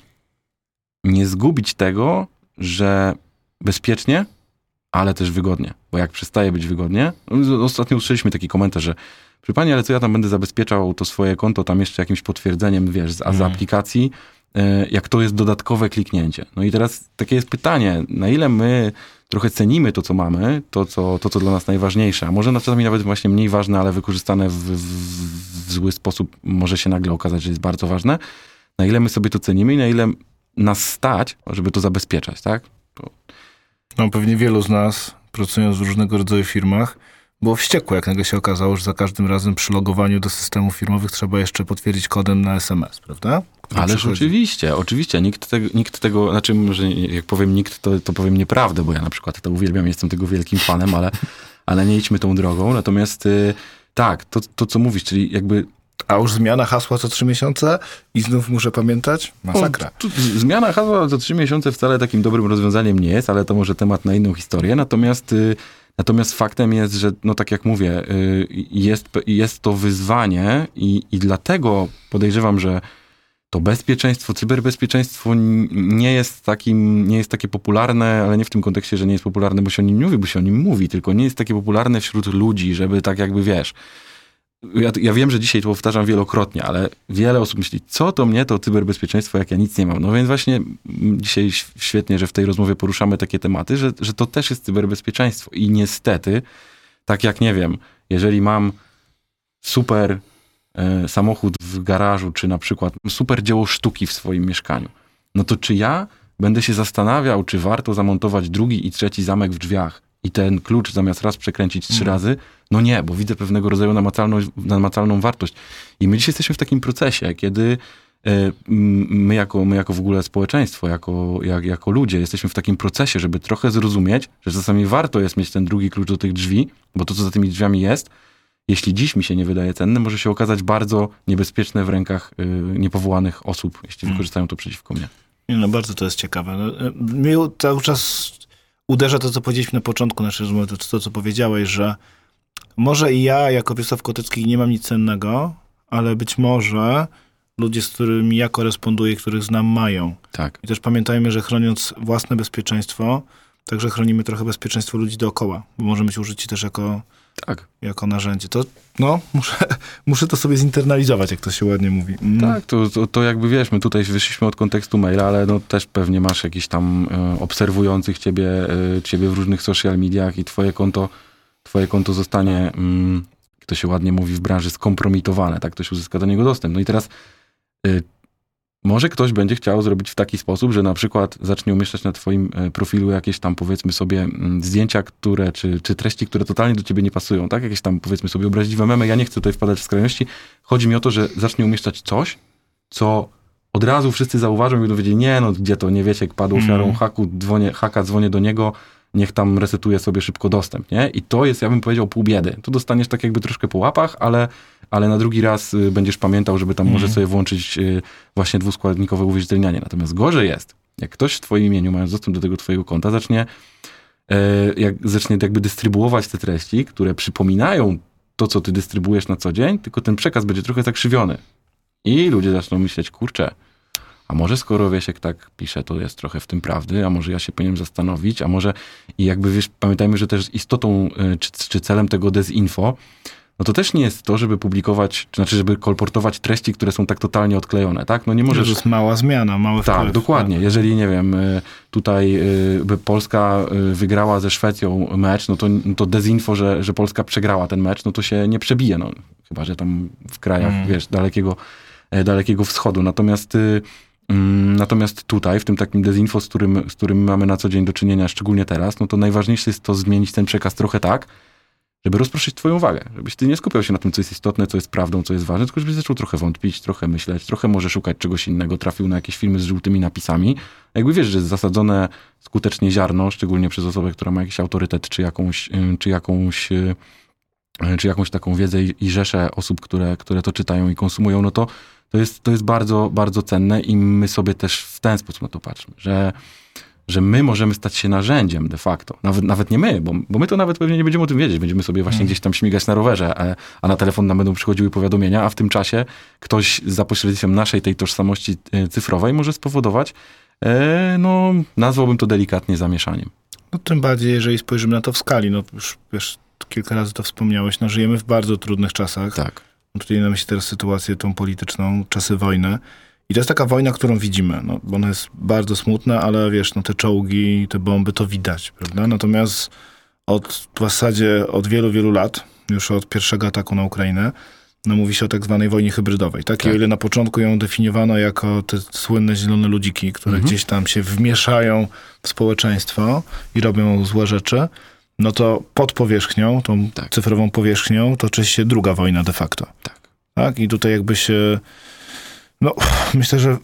nie zgubić tego, że bezpiecznie, ale też wygodnie. Bo jak przestaje być wygodnie, ostatnio usłyszeliśmy taki komentarz, że przy pani, ale co ja tam będę zabezpieczał to swoje konto tam jeszcze jakimś potwierdzeniem, wiesz, z, z Mm. aplikacji, jak to jest dodatkowe kliknięcie. No i teraz takie jest pytanie, na ile my trochę cenimy to, co mamy, to, co, to, co dla nas najważniejsze, a może czasami nawet właśnie mniej ważne, ale wykorzystane w, w, w zły sposób może się nagle okazać, że jest bardzo ważne. Na ile my sobie to cenimy i na ile nas stać, żeby to zabezpieczać, tak? Bo... No pewnie wielu z nas, pracując w różnego rodzaju firmach, było wściekłe, jak nagle się okazało, że za każdym razem przy logowaniu do systemów firmowych trzeba jeszcze potwierdzić kodem na S M S, prawda? Który Ależ przychodzi. oczywiście, oczywiście. Nikt tego, nikt tego, znaczy, że jak powiem nikt, to, to powiem nieprawdę, bo ja na przykład to uwielbiam, jestem tego wielkim fanem, ale, ale nie idźmy tą drogą. Natomiast y, tak, to, to co mówisz, czyli jakby... A już zmiana hasła co trzy miesiące i znów muszę pamiętać? Masakra. O, tu, zmiana hasła co trzy miesiące wcale takim dobrym rozwiązaniem nie jest, ale to może temat na inną historię. Natomiast... Y, Natomiast faktem jest, że no tak jak mówię, jest, jest to wyzwanie i, i dlatego podejrzewam, że to bezpieczeństwo, cyberbezpieczeństwo nie jest takim, nie jest takie popularne, ale nie w tym kontekście, że nie jest popularne, bo się o nim mówi, bo się o nim mówi, tylko nie jest takie popularne wśród ludzi, żeby tak jakby wiesz... Ja, ja wiem, że dzisiaj to powtarzam wielokrotnie, ale wiele osób myśli, co to mnie to cyberbezpieczeństwo, jak ja nic nie mam. No więc właśnie dzisiaj świetnie, że w tej rozmowie poruszamy takie tematy, że, że to też jest cyberbezpieczeństwo. I niestety, tak jak nie wiem, jeżeli mam super e, samochód w garażu, czy na przykład super dzieło sztuki w swoim mieszkaniu, no to czy ja będę się zastanawiał, czy warto zamontować drugi i trzeci zamek w drzwiach i ten klucz zamiast raz przekręcić trzy Mhm. razy? No nie, bo widzę pewnego rodzaju namacalną, namacalną wartość. I my dzisiaj jesteśmy w takim procesie, kiedy e, my jako, my jako w ogóle społeczeństwo, jako, jak, jako ludzie jesteśmy w takim procesie, żeby trochę zrozumieć, że czasami warto jest mieć ten drugi klucz do tych drzwi, bo to, co za tymi drzwiami jest, jeśli dziś mi się nie wydaje cenne, może się okazać bardzo niebezpieczne w rękach y, niepowołanych osób, jeśli Mm. wykorzystają to przeciwko mnie. Nie, no bardzo to jest ciekawe. No, mnie cały czas uderza to, co powiedzieliśmy na początku naszej rozmowy, to, to co powiedziałeś, że może i ja jako Wiesław Kotecki nie mam nic cennego, ale być może ludzie, z którymi ja koresponduję, których znam, mają. Tak. I też pamiętajmy, że chroniąc własne bezpieczeństwo, także chronimy trochę bezpieczeństwo ludzi dookoła, bo możemy być użyci też jako, Tak. jako narzędzie. To no, muszę, muszę to sobie zinternalizować, jak to się ładnie mówi. Mm. Tak, to, to, to jakby wiesz, my tutaj wyszliśmy od kontekstu maila, ale no też pewnie masz jakiś tam e, obserwujących ciebie, e, ciebie w różnych social mediach i twoje konto, twoje konto zostanie, mm, jak to się ładnie mówi w branży, skompromitowane, tak? Ktoś uzyska do niego dostęp. No i teraz e, może ktoś będzie chciał zrobić w taki sposób, że na przykład zacznie umieszczać na twoim e, profilu jakieś tam, powiedzmy sobie, m, zdjęcia, które, czy, czy treści, które totalnie do ciebie nie pasują, tak? Jakieś tam, powiedzmy sobie, obraźliwe memy. Ja nie chcę tutaj wpadać w skrajności. Chodzi mi o to, że zacznie umieszczać coś, co od razu wszyscy zauważą i będą wiedzieć, nie no, gdzie to, nie wiecie, padł ofiarą Mm. haku, dzwonię, haka, dzwonię do niego, niech tam resetuje sobie szybko dostęp, nie? I to jest, ja bym powiedział, pół biedy. Tu dostaniesz tak jakby troszkę po łapach, ale, ale na drugi raz y, będziesz pamiętał, żeby tam Mm. może sobie włączyć y, właśnie dwuskładnikowe uwierzytelnianie. Natomiast gorzej jest, jak ktoś w twoim imieniu, mając dostęp do tego twojego konta, zacznie, y, jak, zacznie jakby dystrybuować te treści, które przypominają to, co ty dystrybuujesz na co dzień, tylko ten przekaz będzie trochę zakrzywiony. I ludzie zaczną myśleć, kurczę, a może skoro Wiesiek tak pisze, to jest trochę w tym prawdy, a może ja się powinienem zastanowić, a może i jakby wiesz, pamiętajmy, że też istotą czy, czy celem tego dezinfo, no to też nie jest to, żeby publikować, czy znaczy, żeby kolportować treści, które są tak totalnie odklejone, tak? No nie możesz... To jest mała zmiana, mały wpływ. Tak, dokładnie. Tak. Jeżeli, nie wiem, tutaj by Polska wygrała ze Szwecją mecz, no to, no to dezinfo, że, że Polska przegrała ten mecz, no to się nie przebije, no. Chyba, że tam w krajach, mm. wiesz, dalekiego, dalekiego wschodu. Natomiast... Natomiast tutaj, w tym takim dezinfo, z którym, z którym mamy na co dzień do czynienia, szczególnie teraz, no to najważniejsze jest to zmienić ten przekaz trochę tak, żeby rozproszyć twoją uwagę. Żebyś ty nie skupiał się na tym, co jest istotne, co jest prawdą, co jest ważne, tylko żebyś zaczął trochę wątpić, trochę myśleć, trochę może szukać czegoś innego, trafił na jakieś filmy z żółtymi napisami. Jakby wiesz, że jest zasadzone skutecznie ziarno, szczególnie przez osobę, która ma jakiś autorytet, czy jakąś, czy jakąś, czy jakąś taką wiedzę i, i rzeszę osób, które, które to czytają i konsumują, no to to jest, to jest bardzo, bardzo cenne i my sobie też w ten sposób na to patrzymy, że że my możemy stać się narzędziem de facto. Nawet, nawet nie my, bo, bo my to nawet pewnie nie będziemy o tym wiedzieć. Będziemy sobie właśnie hmm. gdzieś tam śmigać na rowerze, a, a na telefon nam będą przychodziły powiadomienia, a w tym czasie ktoś za pośrednictwem naszej tej tożsamości cyfrowej może spowodować, e, no nazwałbym to delikatnie zamieszaniem. No tym bardziej, jeżeli spojrzymy na to w skali, no już wiesz, kilka razy to wspomniałeś, no żyjemy w bardzo trudnych czasach. Tak. Tutaj na myśli teraz sytuację tą polityczną, czasy wojny. I to jest taka wojna, którą widzimy, no, bo ona jest bardzo smutna, ale wiesz, no te czołgi, te bomby, to widać, prawda? Natomiast od w zasadzie od wielu, wielu lat, już od pierwszego ataku na Ukrainę, no mówi się o tak zwanej wojnie hybrydowej. Tak? Tak. I o ile na początku ją definiowano jako te słynne zielone ludziki, które mhm. gdzieś tam się wmieszają w społeczeństwo i robią złe rzeczy, no to pod powierzchnią, tą tak. cyfrową powierzchnią, toczy się druga wojna de facto. Tak. Tak? I tutaj jakby się... No, myślę, że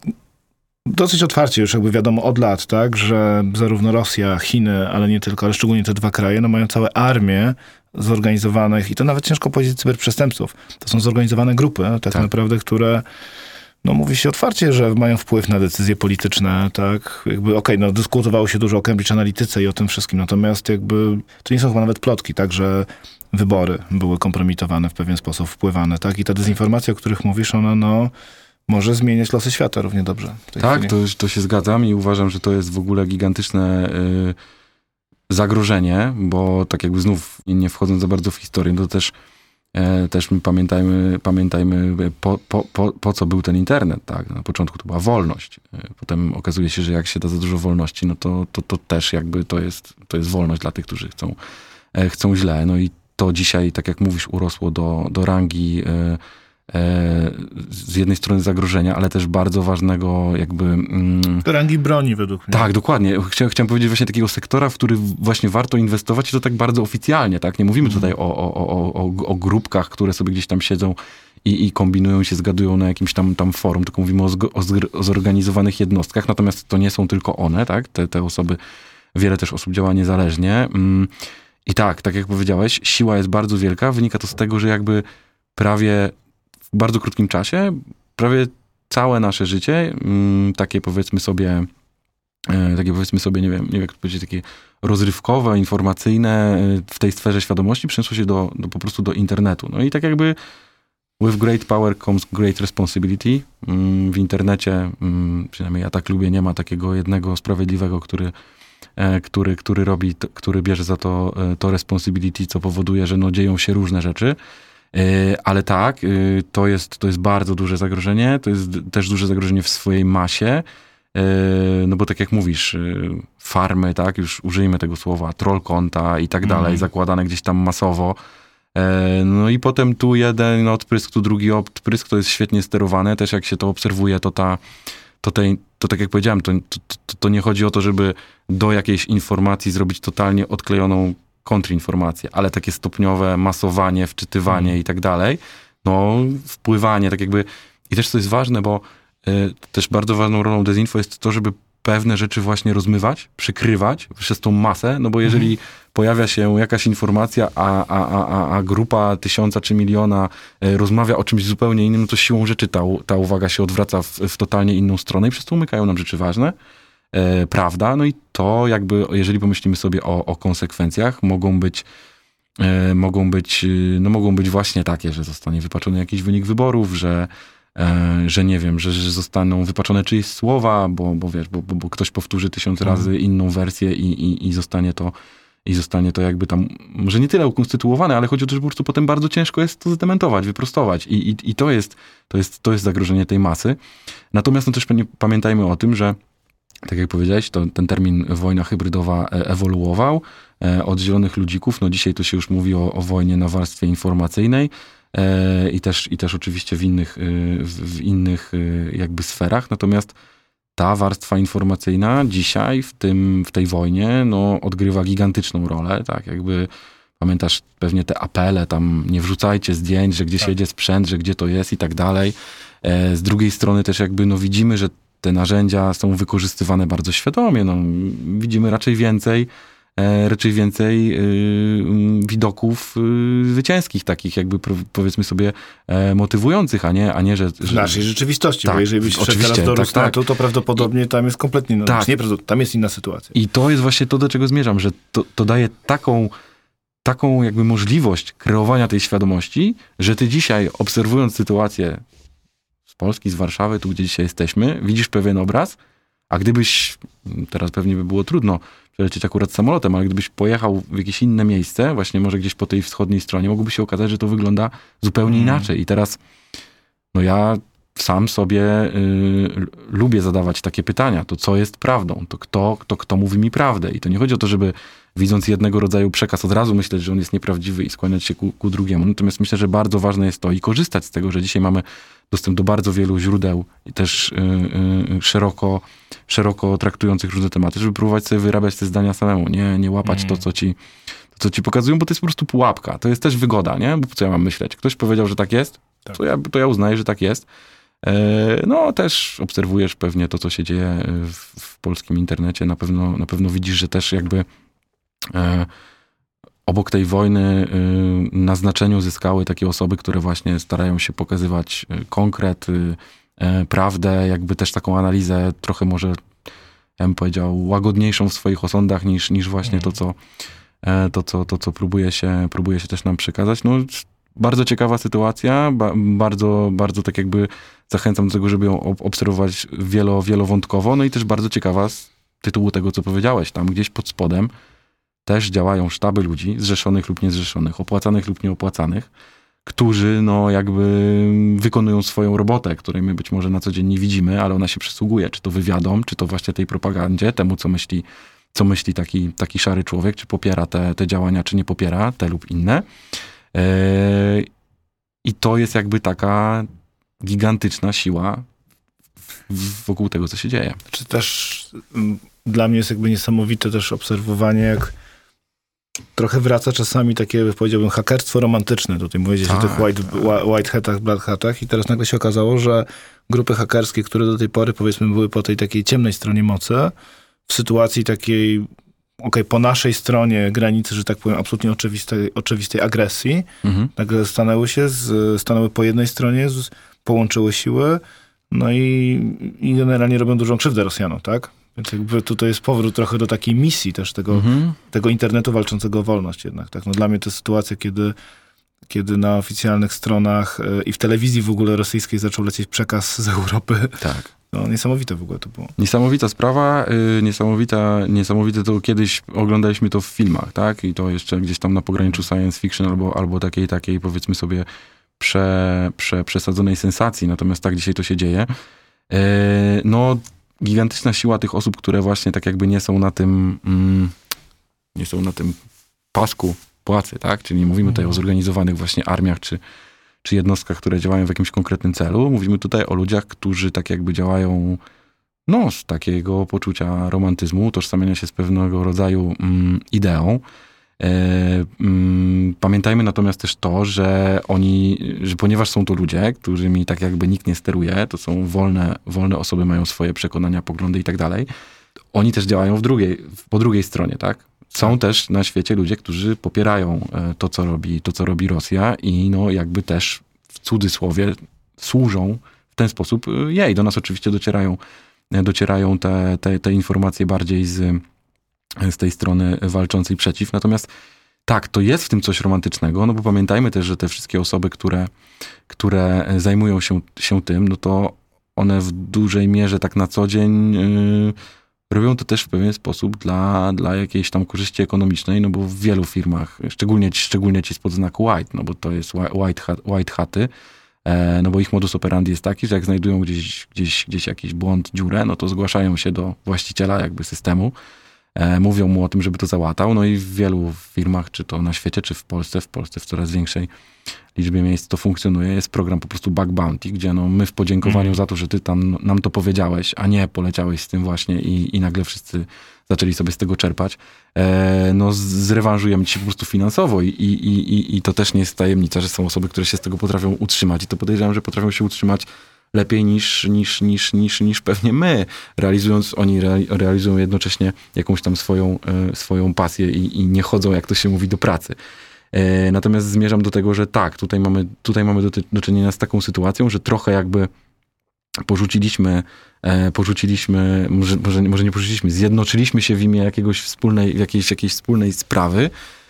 dosyć otwarcie już jakby wiadomo od lat, tak, że zarówno Rosja, Chiny, ale nie tylko, ale szczególnie te dwa kraje, no mają całe armię zorganizowanych, i to nawet ciężko powiedzieć cyberprzestępców. To są zorganizowane grupy, tak, tak. naprawdę, które, no mówi się otwarcie, że mają wpływ na decyzje polityczne, tak, jakby okej, okay, no dyskutowało się dużo o Cambridge Analytyce i o tym wszystkim, natomiast jakby to nie są chyba nawet plotki, tak, że wybory były kompromitowane w pewien sposób, wpływane, tak, i ta dezinformacja, o których mówisz, ona no może zmieniać losy świata równie dobrze. Tak, to, to się zgadzam i uważam, że to jest w ogóle gigantyczne y, zagrożenie, bo tak jakby znów nie wchodząc za bardzo w historię, to też, y, też my pamiętajmy, pamiętajmy po, po, po, po co był ten internet. Tak? Na początku to była wolność. Y, potem okazuje się, że jak się da za dużo wolności, no to, to, to też jakby to jest, to jest wolność dla tych, którzy chcą, y, chcą źle. No i to dzisiaj, tak jak mówisz, urosło do, do rangi y, z jednej strony zagrożenia, ale też bardzo ważnego jakby... Mm, rangi broni według mnie. Tak, dokładnie. Chciałem, chciałem powiedzieć właśnie takiego sektora, w który właśnie warto inwestować i to tak bardzo oficjalnie, tak? Nie mówimy tutaj o, o, o, o, o grupkach, które sobie gdzieś tam siedzą i, i kombinują się, zgadują na jakimś tam, tam forum, tylko mówimy o, zg- o, zg- o zorganizowanych jednostkach, natomiast to nie są tylko one, tak? Te, te osoby, wiele też osób działa niezależnie. Mm, I tak, tak jak powiedziałeś, siła jest bardzo wielka. Wynika to z tego, że jakby prawie w bardzo krótkim czasie, prawie całe nasze życie, takie powiedzmy sobie, takie powiedzmy sobie, nie wiem, nie wiem jak to powiedzieć, takie rozrywkowe, informacyjne w tej sferze świadomości przeniosło się do, do, po prostu do internetu. No i tak jakby with great power comes great responsibility. W internecie, przynajmniej ja tak lubię, nie ma takiego jednego sprawiedliwego, który który, który robi, który bierze za to, to responsibility, co powoduje, że no dzieją się różne rzeczy. Ale tak, to jest, to jest bardzo duże zagrożenie, to jest też duże zagrożenie w swojej masie, no bo tak jak mówisz, farmy, tak, już użyjmy tego słowa, troll konta i tak dalej, mm. zakładane gdzieś tam masowo, no i potem tu jeden odprysk, tu drugi odprysk, to jest świetnie sterowane, też jak się to obserwuje, to ta, to, tej, to tak jak powiedziałem, to, to, to nie chodzi o to, żeby do jakiejś informacji zrobić totalnie odklejoną kontrinformacje, ale takie stopniowe masowanie, wczytywanie mm. i tak dalej, no wpływanie, tak jakby, i też co jest ważne, bo y, też bardzo ważną rolą dezinfo jest to, żeby pewne rzeczy właśnie rozmywać, przykrywać przez tą masę, no bo jeżeli mm. pojawia się jakaś informacja, a, a, a, a grupa tysiąca czy miliona y, rozmawia o czymś zupełnie innym, no to siłą rzeczy ta, ta uwaga się odwraca w, w totalnie inną stronę i przez to umykają nam rzeczy ważne. E, prawda? No i to jakby, jeżeli pomyślimy sobie o, o konsekwencjach, mogą być, e, mogą być, no mogą być właśnie takie, że zostanie wypaczony jakiś wynik wyborów, że, e, że nie wiem, że, że zostaną wypaczone czyjeś słowa, bo, bo wiesz, bo, bo, bo ktoś powtórzy tysiąc razy mhm. inną wersję i, i, i zostanie to i zostanie to jakby tam, może nie tyle ukonstytuowane, ale chodzi o to, że po prostu potem bardzo ciężko jest to zdementować, wyprostować. I, i, i to, jest, to, jest, to jest zagrożenie tej masy. Natomiast no też pamiętajmy o tym, że tak jak powiedziałeś, to ten termin wojna hybrydowa ewoluował e, od zielonych ludzików. No dzisiaj to się już mówi o, o wojnie na warstwie informacyjnej e, i, też, i też oczywiście w innych, w, w innych jakby sferach. Natomiast ta warstwa informacyjna dzisiaj w, tym, w tej wojnie no, odgrywa gigantyczną rolę. Tak jakby pamiętasz pewnie te apele, tam nie wrzucajcie zdjęć, że gdzieś tak. jedzie sprzęt, że gdzie to jest i tak dalej. E, z drugiej strony też jakby no, widzimy, że te narzędzia są wykorzystywane bardzo świadomie. No, widzimy raczej więcej, e, raczej więcej y, widoków y, zwycięskich, takich jakby powiedzmy sobie e, motywujących, a nie, a nie że, że... W naszej rzeczywistości, tak, bo jeżeli byś szedł teraz do Rusnatu, tak, tak. to prawdopodobnie I, tam jest kompletnie, no, tak. nie, tam jest inna sytuacja. I to jest właśnie to, do czego zmierzam, że to, to daje taką, taką jakby możliwość kreowania tej świadomości, że ty dzisiaj obserwując sytuację z Polski, z Warszawy, tu gdzie dzisiaj jesteśmy, widzisz pewien obraz, a gdybyś, teraz pewnie by było trudno przelecieć akurat samolotem, ale gdybyś pojechał w jakieś inne miejsce, właśnie może gdzieś po tej wschodniej stronie, mogłoby się okazać, że to wygląda zupełnie mm. inaczej. I teraz, no ja sam sobie y, lubię zadawać takie pytania, to co jest prawdą, to kto, to kto mówi mi prawdę. I to nie chodzi o to, żeby widząc jednego rodzaju przekaz od razu myśleć, że on jest nieprawdziwy i skłaniać się ku, ku drugiemu. Natomiast myślę, że bardzo ważne jest to i korzystać z tego, że dzisiaj mamy dostęp do bardzo wielu źródeł i też y, y, szeroko, szeroko traktujących różne tematy, żeby próbować sobie wyrabiać te zdania samemu, nie, nie łapać mm. to, co ci, to, co ci pokazują, bo to jest po prostu pułapka. To jest też wygoda, nie? Bo co ja mam myśleć? Ktoś powiedział, że tak jest, tak. To, ja, to ja uznaję, że tak jest. E, no też obserwujesz pewnie to, co się dzieje w, w polskim internecie. Na pewno, na pewno widzisz, że też jakby e, obok tej wojny y, na znaczeniu zyskały takie osoby, które właśnie starają się pokazywać konkret, y, y, prawdę, jakby też taką analizę trochę może, ja bym powiedział, łagodniejszą w swoich osądach niż, niż właśnie mm. to, co, e, to, co, to, co próbuje się, próbuje się też nam przekazać. No, bardzo ciekawa sytuacja, ba, bardzo, bardzo tak jakby zachęcam do tego, żeby ją obserwować wielo, wielowątkowo, no i też bardzo ciekawa z tytułu tego, co powiedziałeś, tam gdzieś pod spodem też działają sztaby ludzi, zrzeszonych lub niezrzeszonych, opłacanych lub nieopłacanych, którzy no jakby wykonują swoją robotę, której my być może na co dzień nie widzimy, ale ona się przysługuje, czy to wywiadom, czy to właśnie tej propagandzie, temu co myśli, co myśli taki, taki szary człowiek, czy popiera te, te działania, czy nie popiera, te lub inne. Yy, I to jest jakby taka gigantyczna siła wokół tego, co się dzieje. Czy też m, dla mnie jest jakby niesamowite też obserwowanie, jak trochę wraca czasami takie, powiedziałbym, hakerstwo romantyczne. Tutaj mówicie tak, o tych white, white hatach, black hatach i teraz nagle się okazało, że grupy hakerskie, które do tej pory powiedzmy były po tej takiej ciemnej stronie mocy, w sytuacji takiej, okej, okay, po naszej stronie granicy, że tak powiem, absolutnie oczywistej, oczywistej agresji, mhm. nagle stanęły się, z, stanęły po jednej stronie, z, połączyły siły, no i, i generalnie robią dużą krzywdę Rosjanom, tak? Więc jakby tutaj jest powrót trochę do takiej misji też tego, mhm. tego internetu walczącego o wolność jednak. Tak? No dla mnie to jest sytuacja, kiedy, kiedy na oficjalnych stronach yy, i w telewizji w ogóle rosyjskiej zaczął lecieć przekaz z Europy. Tak. No niesamowite w ogóle to było. Niesamowita sprawa, yy, niesamowita, niesamowite to kiedyś oglądaliśmy to w filmach, tak? I to jeszcze gdzieś tam na pograniczu science fiction albo, albo takiej, takiej powiedzmy sobie prze, prze, przesadzonej sensacji. Natomiast tak dzisiaj to się dzieje. Yy, no gigantyczna siła tych osób, które właśnie tak jakby nie są na tym, mm, nie są na tym pasku płacy, tak? Czyli nie mówimy tutaj o zorganizowanych właśnie armiach, czy, czy jednostkach, które działają w jakimś konkretnym celu. Mówimy tutaj o ludziach, którzy tak jakby działają, no, z takiego poczucia romantyzmu, tożsamiania się z pewnego rodzaju mm, ideą. E, mm, pamiętajmy natomiast też to, że oni, że ponieważ są to ludzie, którymi tak jakby nikt nie steruje, to są wolne, wolne osoby, mają swoje przekonania, poglądy i tak dalej, oni też działają w drugiej, po drugiej stronie, tak? Są tak. też na świecie ludzie, którzy popierają to, co robi, to, co robi Rosja i no jakby też w cudzysłowie służą w ten sposób jej. Do nas oczywiście docierają, docierają te, te, te informacje bardziej z z tej strony walczącej przeciw. Natomiast tak, to jest w tym coś romantycznego, no bo pamiętajmy też, że te wszystkie osoby, które, które zajmują się, się tym, no to one w dużej mierze tak na co dzień yy, robią to też w pewien sposób dla, dla jakiejś tam korzyści ekonomicznej, no bo w wielu firmach, szczególnie, szczególnie ci spod znaku white, no bo to jest white, hat, white haty, e, no bo ich modus operandi jest taki, że jak znajdują gdzieś, gdzieś, gdzieś jakiś błąd, dziurę, no to zgłaszają się do właściciela jakby systemu, e, mówią mu o tym, żeby to załatał, no i w wielu firmach, czy to na świecie, czy w Polsce, w Polsce w coraz większej liczbie miejsc to funkcjonuje, jest program po prostu Bug Bounty, gdzie no my w podziękowaniu mm. za to, że ty tam nam to powiedziałeś, a nie poleciałeś z tym właśnie i, i nagle wszyscy zaczęli sobie z tego czerpać, e, no zrewanżujemy ci się po prostu finansowo i, i, i, i to też nie jest tajemnica, że są osoby, które się z tego potrafią utrzymać i to podejrzewam, że potrafią się utrzymać lepiej niż, niż, niż, niż, niż pewnie my, realizując, oni realizują jednocześnie jakąś tam swoją, e, swoją pasję i, i nie chodzą, jak to się mówi, do pracy. Natomiast zmierzam do tego, że tak, tutaj mamy, tutaj mamy do, do czynienia z taką sytuacją, że trochę jakby porzuciliśmy, porzuciliśmy, może, może, może nie porzuciliśmy, zjednoczyliśmy się w imię jakiegoś wspólnej, jakiejś, jakiejś wspólnej sprawy.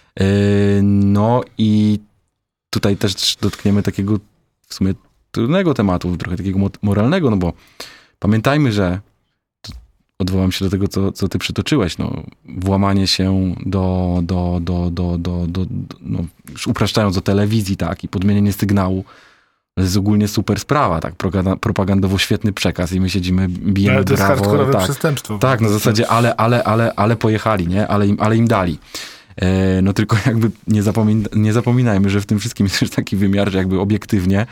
No i tutaj też dotkniemy takiego w sumie trudnego tematu, trochę takiego moralnego, no bo pamiętajmy, że odwołam się do tego, co, co ty przytoczyłeś, no, włamanie się do, do, do, do, do, do, do no, już upraszczając, do telewizji, tak, i podmienienie sygnału, to jest ogólnie super sprawa, tak, propagandowo świetny przekaz i my siedzimy, bijemy ale to brawo. jest hardkorowe tak, przestępstwo. Tak, na zasadzie, ale, ale, ale, ale pojechali, nie, ale im, ale im dali. E, no tylko jakby nie, zapomin nie zapominajmy, że w tym wszystkim jest też taki wymiar, że jakby obiektywnie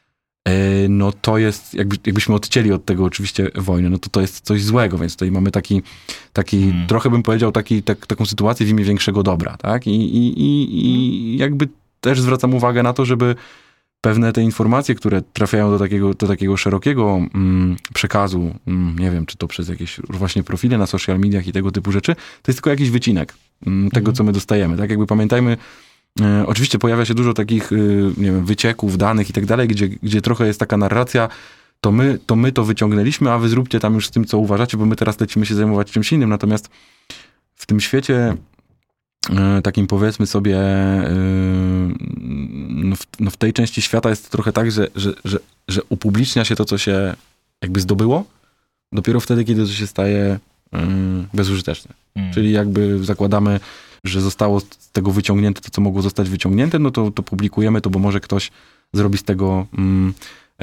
no to jest, jakby, jakbyśmy odcięli od tego oczywiście wojnę, no to to jest coś złego, więc tutaj mamy taki, taki hmm. trochę bym powiedział, taki, tak, taką sytuację w imię większego dobra, tak? I, i, i, i jakby też zwracam uwagę na to, żeby pewne te informacje, które trafiają do takiego, do takiego szerokiego mm, przekazu, mm, nie wiem, czy to przez jakieś właśnie profile na social mediach i tego typu rzeczy, to jest tylko jakiś wycinek mm, tego, hmm. co my dostajemy, tak? Jakby pamiętajmy, E, oczywiście pojawia się dużo takich, y, nie wiem, wycieków, danych i tak dalej, gdzie, gdzie trochę jest taka narracja, to my, to my to wyciągnęliśmy, a wy zróbcie tam już z tym, co uważacie, bo my teraz lecimy się zajmować czymś innym. Natomiast w tym świecie y, takim, powiedzmy sobie, y, no, w, no w tej części świata jest trochę tak, że, że, że, że upublicznia się to, co się jakby zdobyło, dopiero wtedy, kiedy to się staje y, bezużyteczne. Mm. Czyli jakby zakładamy, że zostało z tego wyciągnięte to, co mogło zostać wyciągnięte, no to, to publikujemy to, bo może ktoś zrobi z tego mm,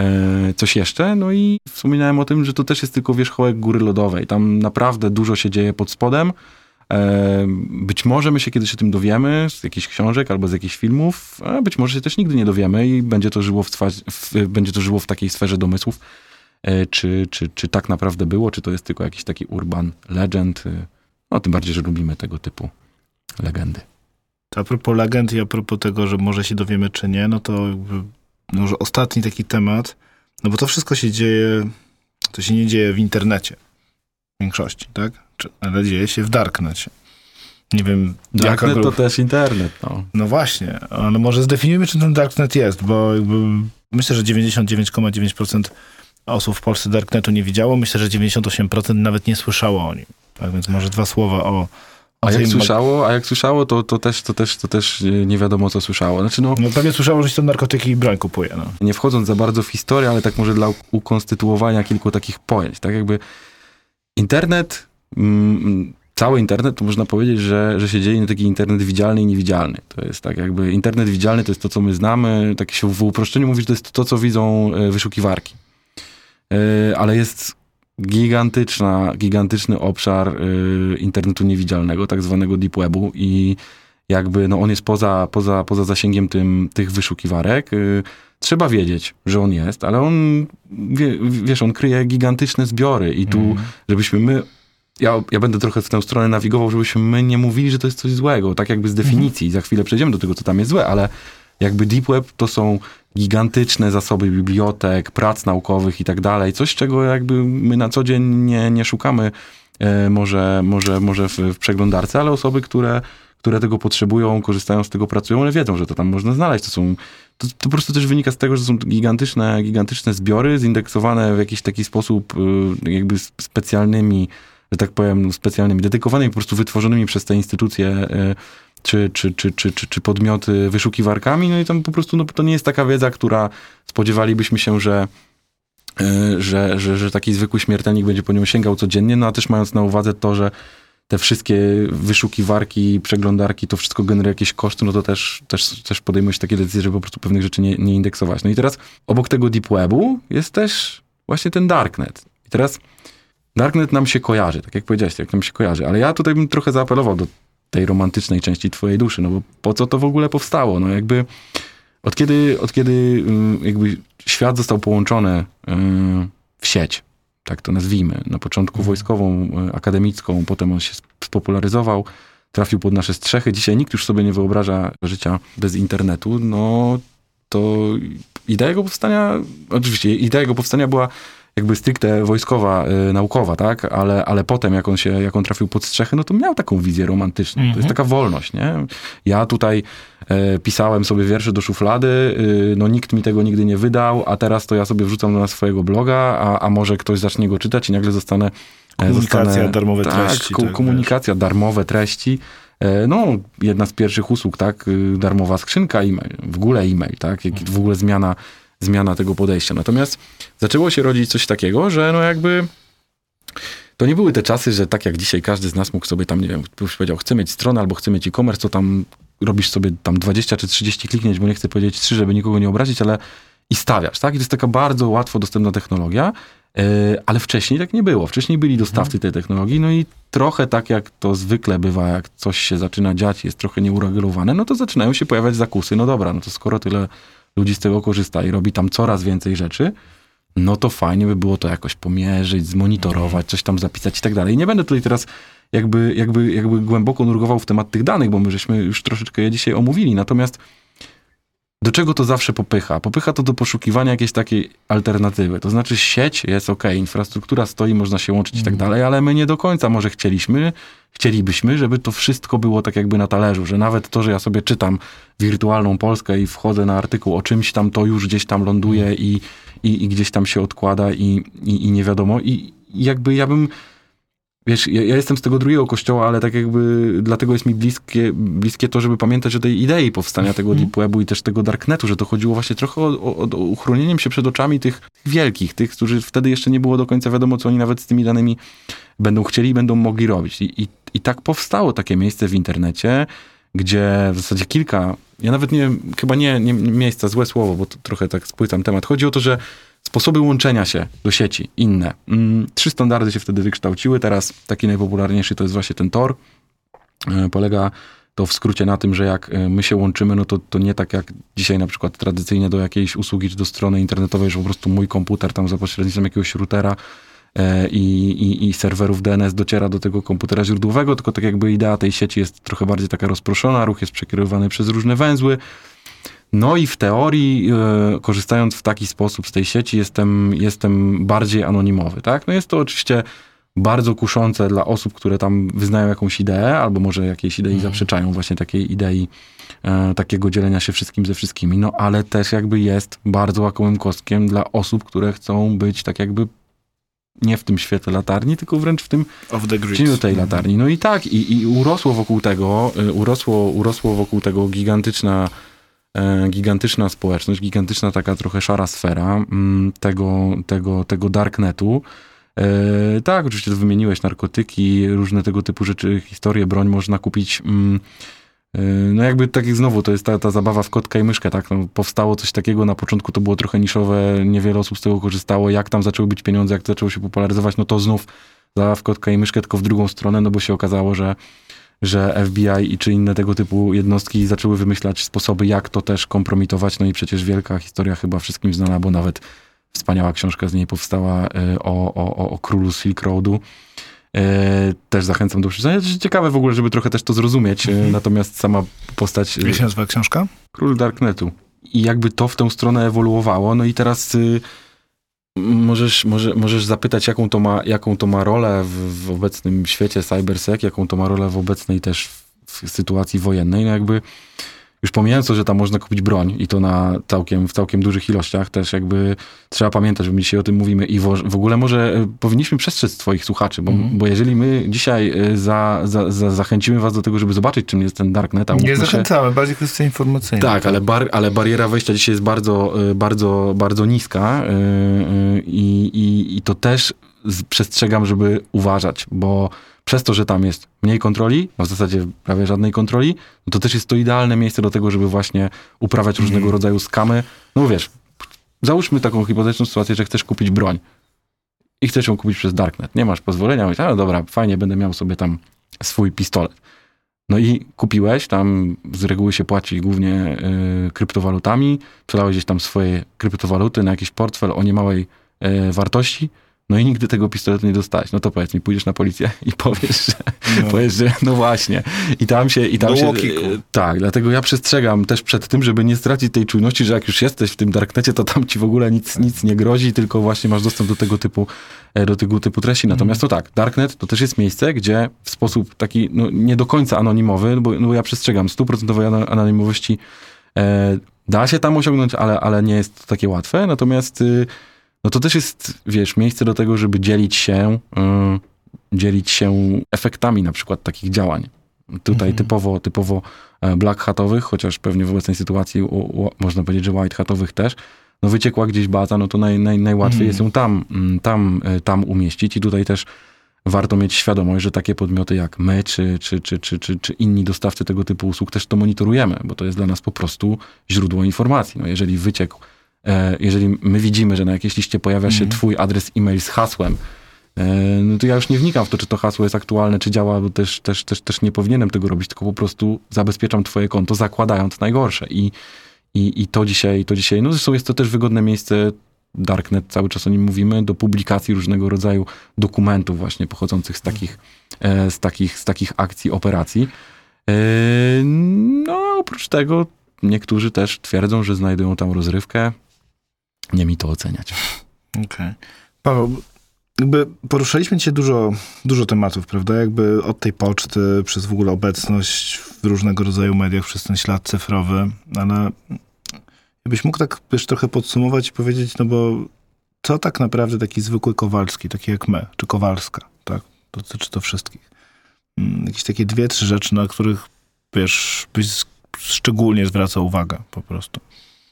e, coś jeszcze. No i wspominałem o tym, że to też jest tylko wierzchołek góry lodowej. Tam naprawdę dużo się dzieje pod spodem. E, być może my się kiedyś o tym dowiemy z jakichś książek albo z jakichś filmów, a być może się też nigdy nie dowiemy i będzie to żyło w, w, będzie to żyło w takiej sferze domysłów, e, czy, czy, czy tak naprawdę było, czy to jest tylko jakiś taki urban legend. No tym bardziej, że lubimy tego typu legendy. A propos legend i a propos tego, że może się dowiemy, czy nie, no to jakby, może ostatni taki temat, no bo to wszystko się dzieje, to się nie dzieje w internecie. W większości, tak? Ale dzieje się w darknecie. Nie wiem... Darknet jaka... to też internet, no. No właśnie, ale może zdefiniujmy, czym ten darknet jest, bo jakby myślę, że dziewięćdziesiąt dziewięć przecinek dziewięć procent osób w Polsce darknetu nie widziało. Myślę, że dziewięćdziesiąt osiem procent nawet nie słyszało o nim. Tak więc może dwa słowa o... A jak słyszało, a jak słyszało, to, to, też, to, też, to też nie wiadomo, co słyszało. Znaczy, no, no pewnie słyszało, że się tam narkotyki i broń kupuje. No. Nie wchodząc za bardzo w historię, ale tak może dla ukonstytuowania kilku takich pojęć. Tak jakby internet, mm, cały internet, to można powiedzieć, że, że się dzieje taki internet widzialny i niewidzialny. To jest tak jakby internet widzialny to jest to, co my znamy. Tak się w uproszczeniu mówi, że to jest to, co widzą wyszukiwarki. Yy, ale jest gigantyczna, gigantyczny obszar y, internetu niewidzialnego, tak zwanego deep webu i jakby no on jest poza, poza, poza zasięgiem tym, tych wyszukiwarek. Y, trzeba wiedzieć, że on jest, ale on, wie, wiesz, on kryje gigantyczne zbiory i tu, mm. żebyśmy my, ja, ja będę trochę w tę stronę nawigował, żebyśmy my nie mówili, że to jest coś złego, tak jakby z definicji. Mm. Za chwilę przejdziemy do tego, co tam jest złe, ale jakby deep web to są gigantyczne zasoby bibliotek, prac naukowych i tak dalej. Coś, czego jakby my na co dzień nie, nie szukamy e, może, może, może w, w przeglądarce, ale osoby, które, które tego potrzebują, korzystają z tego, pracują, one wiedzą, że to tam można znaleźć. To są, to, to po prostu też wynika z tego, że są gigantyczne, gigantyczne zbiory zindeksowane w jakiś taki sposób y, jakby specjalnymi, że tak powiem, specjalnymi, dedykowanymi, po prostu wytworzonymi przez te instytucje czy, czy, czy, czy, czy, czy podmioty wyszukiwarkami, no i tam po prostu no, to nie jest taka wiedza, która spodziewalibyśmy się, że, yy, że, że, że taki zwykły śmiertelnik będzie po nią sięgał codziennie, no a też mając na uwadze to, że te wszystkie wyszukiwarki, przeglądarki, to wszystko generuje jakieś koszty, no to też, też, też podejmuje się takie decyzje, żeby po prostu pewnych rzeczy nie, nie indeksować. No i teraz obok tego Deep Webu jest też właśnie ten Darknet. I teraz Darknet nam się kojarzy, tak jak powiedziałeś, jak nam się kojarzy, ale ja tutaj bym trochę zaapelował do tej romantycznej części twojej duszy, no bo po co to w ogóle powstało? No jakby od kiedy, od kiedy jakby świat został połączony w sieć, tak to nazwijmy, na początku wojskową, akademicką, potem on się spopularyzował, trafił pod nasze strzechy. Dzisiaj nikt już sobie nie wyobraża życia bez internetu, no to idea jego powstania, oczywiście idea jego powstania była jakby stricte wojskowa, y, naukowa, tak? Ale, ale potem, jak on się, jak on trafił pod strzechy, no to miał taką wizję romantyczną. Mm-hmm. To jest taka wolność, nie? Ja tutaj y, pisałem sobie wiersze do szuflady, y, no nikt mi tego nigdy nie wydał, a teraz to ja sobie wrzucam na swojego bloga, a, a może ktoś zacznie go czytać i nagle zostanę... Komunikacja, zostanę, darmowe tak, treści. Ko- tak, komunikacja, wiesz. darmowe treści. No, jedna z pierwszych usług, tak? Darmowa skrzynka e-mail, w ogóle e-mail, tak? Jak w ogóle zmiana zmiana tego podejścia. Natomiast zaczęło się rodzić coś takiego, że no jakby to nie były te czasy, że tak jak dzisiaj każdy z nas mógł sobie tam, nie wiem, ktoś powiedział, chcę mieć stronę albo chcę mieć e-commerce, to tam robisz sobie tam dwadzieścia czy trzydzieści kliknięć, bo nie chcę powiedzieć trzy, żeby nikogo nie obrazić, ale i stawiasz, tak? I to jest taka bardzo łatwo dostępna technologia, yy, ale wcześniej tak nie było. Wcześniej byli dostawcy tej technologii, no i trochę tak jak to zwykle bywa, jak coś się zaczyna dziać, jest trochę nieuregulowane, no to zaczynają się pojawiać zakusy. No dobra, no to skoro tyle ludzi z tego korzysta i robi tam coraz więcej rzeczy, no to fajnie by było to jakoś pomierzyć, zmonitorować, coś tam zapisać i tak dalej. I nie będę tutaj teraz jakby, jakby, jakby głęboko nurkował w temat tych danych, bo my żeśmy już troszeczkę je dzisiaj omówili. Natomiast do czego to zawsze popycha? Popycha to do poszukiwania jakiejś takiej alternatywy. To znaczy sieć jest ok, infrastruktura stoi, można się łączyć mm. i tak dalej, ale my nie do końca może chcieliśmy, chcielibyśmy, żeby to wszystko było tak jakby na talerzu, że nawet to, że ja sobie czytam wirtualną Polskę i wchodzę na artykuł o czymś tam, to już gdzieś tam ląduje mm. i, i, i gdzieś tam się odkłada i, i, i nie wiadomo. I, i jakby ja bym Wiesz, ja, ja jestem z tego drugiego kościoła, ale tak jakby dlatego jest mi bliskie, bliskie to, żeby pamiętać o tej idei powstania tego Deep Webu i też tego Darknetu, że to chodziło właśnie trochę o, o, o uchronieniem się przed oczami tych wielkich, tych, którzy wtedy jeszcze nie było do końca wiadomo, co oni nawet z tymi danymi będą chcieli i będą mogli robić. I, i, i tak powstało takie miejsce w internecie, gdzie w zasadzie kilka, ja nawet nie, chyba nie, nie miejsca, złe słowo, bo to trochę tak spłycam temat. Chodzi o to, że sposoby łączenia się do sieci, inne. Mm, trzy standardy się wtedy wykształciły. Teraz taki najpopularniejszy to jest właśnie ten Tor. E, polega to w skrócie na tym, że jak my się łączymy, no to, to nie tak jak dzisiaj na przykład tradycyjnie do jakiejś usługi czy do strony internetowej, że po prostu mój komputer tam za pośrednictwem jakiegoś routera e, i, i, i serwerów D N S dociera do tego komputera źródłowego, tylko tak jakby idea tej sieci jest trochę bardziej taka rozproszona, ruch jest przekierowany przez różne węzły. No i w teorii, e, korzystając w taki sposób z tej sieci, jestem, jestem bardziej anonimowy, tak? No jest to oczywiście bardzo kuszące dla osób, które tam wyznają jakąś ideę, albo może jakiejś idei mm. zaprzeczają właśnie takiej idei e, takiego dzielenia się wszystkim ze wszystkimi, no ale też jakby jest bardzo łakomym kostkiem dla osób, które chcą być tak jakby nie w tym świetle latarni, tylko wręcz w tym cieniu tej latarni. No i tak, i, i urosło wokół tego, urosło, urosło wokół tego gigantyczna gigantyczna społeczność, gigantyczna taka trochę szara sfera tego, tego, tego darknetu. E, tak, oczywiście wymieniłeś narkotyki, różne tego typu rzeczy, historie, broń można kupić. Mm, e, no jakby tak jak znowu, to jest ta, ta zabawa w kotka i myszkę, tak? No, powstało coś takiego, na początku to było trochę niszowe, niewiele osób z tego korzystało. Jak tam zaczęły być pieniądze, jak to zaczęło się popularyzować, no to znów zabawa w kotka i myszkę, tylko w drugą stronę, no bo się okazało, że że F B I i czy inne tego typu jednostki zaczęły wymyślać sposoby, jak to też kompromitować. No i przecież wielka historia chyba wszystkim znana, bo nawet wspaniała książka z niej powstała o, o, o królu Silk Roadu. Też zachęcam do przeczytania. Ciekawe w ogóle, żeby trochę też to zrozumieć. Mhm. Natomiast sama postać... Jak się nazywa książka? Król Darknetu. I jakby to w tę stronę ewoluowało. No i teraz... Możesz, może, możesz zapytać, jaką to ma, jaką to ma rolę w, w obecnym świecie cybersec, jaką to ma rolę w obecnej też w, w sytuacji wojennej. No jakby już pomijając to, że tam można kupić broń i to na całkiem, w całkiem dużych ilościach, też jakby trzeba pamiętać, że my dzisiaj o tym mówimy i w, w ogóle może powinniśmy przestrzec twoich słuchaczy, bo, mm. bo jeżeli my dzisiaj za, za, za, zachęcimy was do tego, żeby zobaczyć, czym jest ten Darknet, a nie zachęcamy, się, bardziej kwestia informacyjna. Tak, ale, bar, ale bariera wejścia dzisiaj jest bardzo, bardzo, bardzo niska i, i, i to też przestrzegam, żeby uważać, bo przez to, że tam jest mniej kontroli, no w zasadzie prawie żadnej kontroli, no to też jest to idealne miejsce do tego, żeby właśnie uprawiać mm. różnego rodzaju skamy. No wiesz, załóżmy taką hipotetyczną sytuację, że chcesz kupić broń i chcesz ją kupić przez Darknet. Nie masz pozwolenia, mówisz, no dobra, fajnie, będę miał sobie tam swój pistolet. No i kupiłeś, tam z reguły się płaci głównie y, kryptowalutami, przelałeś gdzieś tam swoje kryptowaluty na jakiś portfel o niemałej y, wartości, no i nigdy tego pistoletu nie dostałeś. No to powiedz mi, pójdziesz na policję i powiesz, że no, powiesz, że no właśnie. I tam się... I tam się tak, dlatego ja przestrzegam też przed tym, żeby nie stracić tej czujności, że jak już jesteś w tym Darknecie, to tam ci w ogóle nic, nic nie grozi, tylko właśnie masz dostęp do tego typu, do tego typu treści. Natomiast to tak, Darknet to też jest miejsce, gdzie w sposób taki no, nie do końca anonimowy, bo, no, bo ja przestrzegam stuprocentowej anonimowości, e, da się tam osiągnąć, ale, ale nie jest to takie łatwe. Natomiast... Y, no to też jest, wiesz, miejsce do tego, żeby dzielić się, yy, dzielić się efektami na przykład takich działań. Tutaj mhm. typowo, typowo black hatowych, chociaż pewnie w obecnej sytuacji u, u, można powiedzieć, że white hatowych też, no wyciekła gdzieś baza, no to naj, naj, najłatwiej mhm. jest ją tam, tam, tam umieścić i tutaj też warto mieć świadomość, że takie podmioty jak my, czy, czy, czy, czy, czy, czy inni dostawcy tego typu usług też to monitorujemy, bo to jest dla nas po prostu źródło informacji. No jeżeli wyciekł jeżeli my widzimy, że na jakiejś liście pojawia się mm. twój adres e-mail z hasłem, no to ja już nie wnikam w to, czy to hasło jest aktualne, czy działa, bo też, też, też, też nie powinienem tego robić, tylko po prostu zabezpieczam twoje konto, zakładając najgorsze. I, i, i to dzisiaj, to dzisiaj, no zresztą jest to też wygodne miejsce, Darknet, cały czas o nim mówimy, do publikacji różnego rodzaju dokumentów właśnie pochodzących z takich, z takich, z takich akcji, operacji. No oprócz tego niektórzy też twierdzą, że znajdują tam rozrywkę. Nie mi to oceniać. Okej. Okay. Paweł, jakby poruszaliśmy dzisiaj dużo, dużo tematów, prawda? Jakby od tej poczty, przez w ogóle obecność w różnego rodzaju mediach, przez ten ślad cyfrowy, ale jakbyś mógł tak wiesz, trochę podsumować i powiedzieć, no bo co tak naprawdę taki zwykły Kowalski, taki jak my, czy Kowalska, tak? Dotyczy to wszystkich. Jakieś takie dwie, trzy rzeczy, na których, wiesz, byś szczególnie zwracał uwagę po prostu.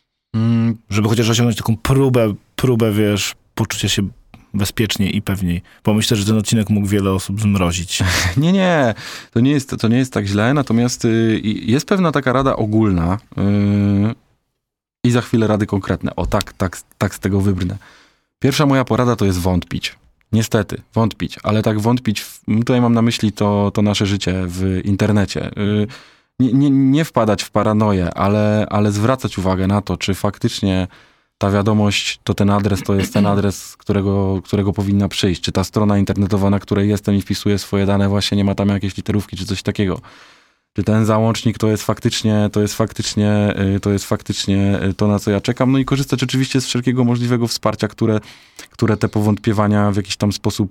Mm. Żeby chociaż osiągnąć taką próbę, próbę, wiesz, poczucia się bezpieczniej i pewniej. Bo myślę, że ten odcinek mógł wiele osób zmrozić. Nie, nie. To nie jest, to nie jest tak źle, natomiast y, jest pewna taka rada ogólna y, i za chwilę rady konkretne. O, tak, tak, tak z tego wybrnę. Pierwsza moja porada to jest wątpić. Niestety, wątpić. Ale tak wątpić, w, tutaj mam na myśli to, to nasze życie w internecie. Y, Nie, nie, nie wpadać w paranoję, ale, ale zwracać uwagę na to, czy faktycznie ta wiadomość, to ten adres, to jest ten adres, którego, którego powinna przyjść. Czy ta strona internetowa, na której jestem i wpisuję swoje dane, właśnie nie ma tam jakiejś literówki, czy coś takiego. Czy ten załącznik to jest faktycznie, to jest faktycznie, to jest faktycznie to, na co ja czekam. No i korzystać oczywiście z wszelkiego możliwego wsparcia, które, które te powątpiewania w jakiś tam sposób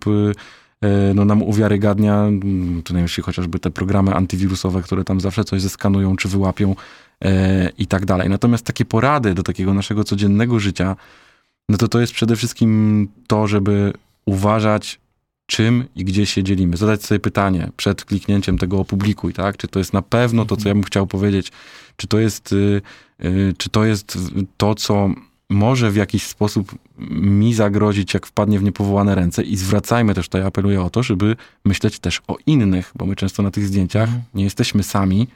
no, nam uwiarygadnia, to najmniej chociażby te programy antywirusowe, które tam zawsze coś zeskanują, czy wyłapią e, i tak dalej. Natomiast takie porady do takiego naszego codziennego życia, no to to jest przede wszystkim to, żeby uważać, czym i gdzie się dzielimy. Zadać sobie pytanie przed kliknięciem tego opublikuj, tak? Czy to jest na pewno to, co ja bym chciał powiedzieć? Czy to jest, y, y, czy to jest to, co może w jakiś sposób mi zagrozić, jak wpadnie w niepowołane ręce i zwracajmy też, tutaj apeluję o to, żeby myśleć też o innych, bo my często na tych zdjęciach nie jesteśmy sami,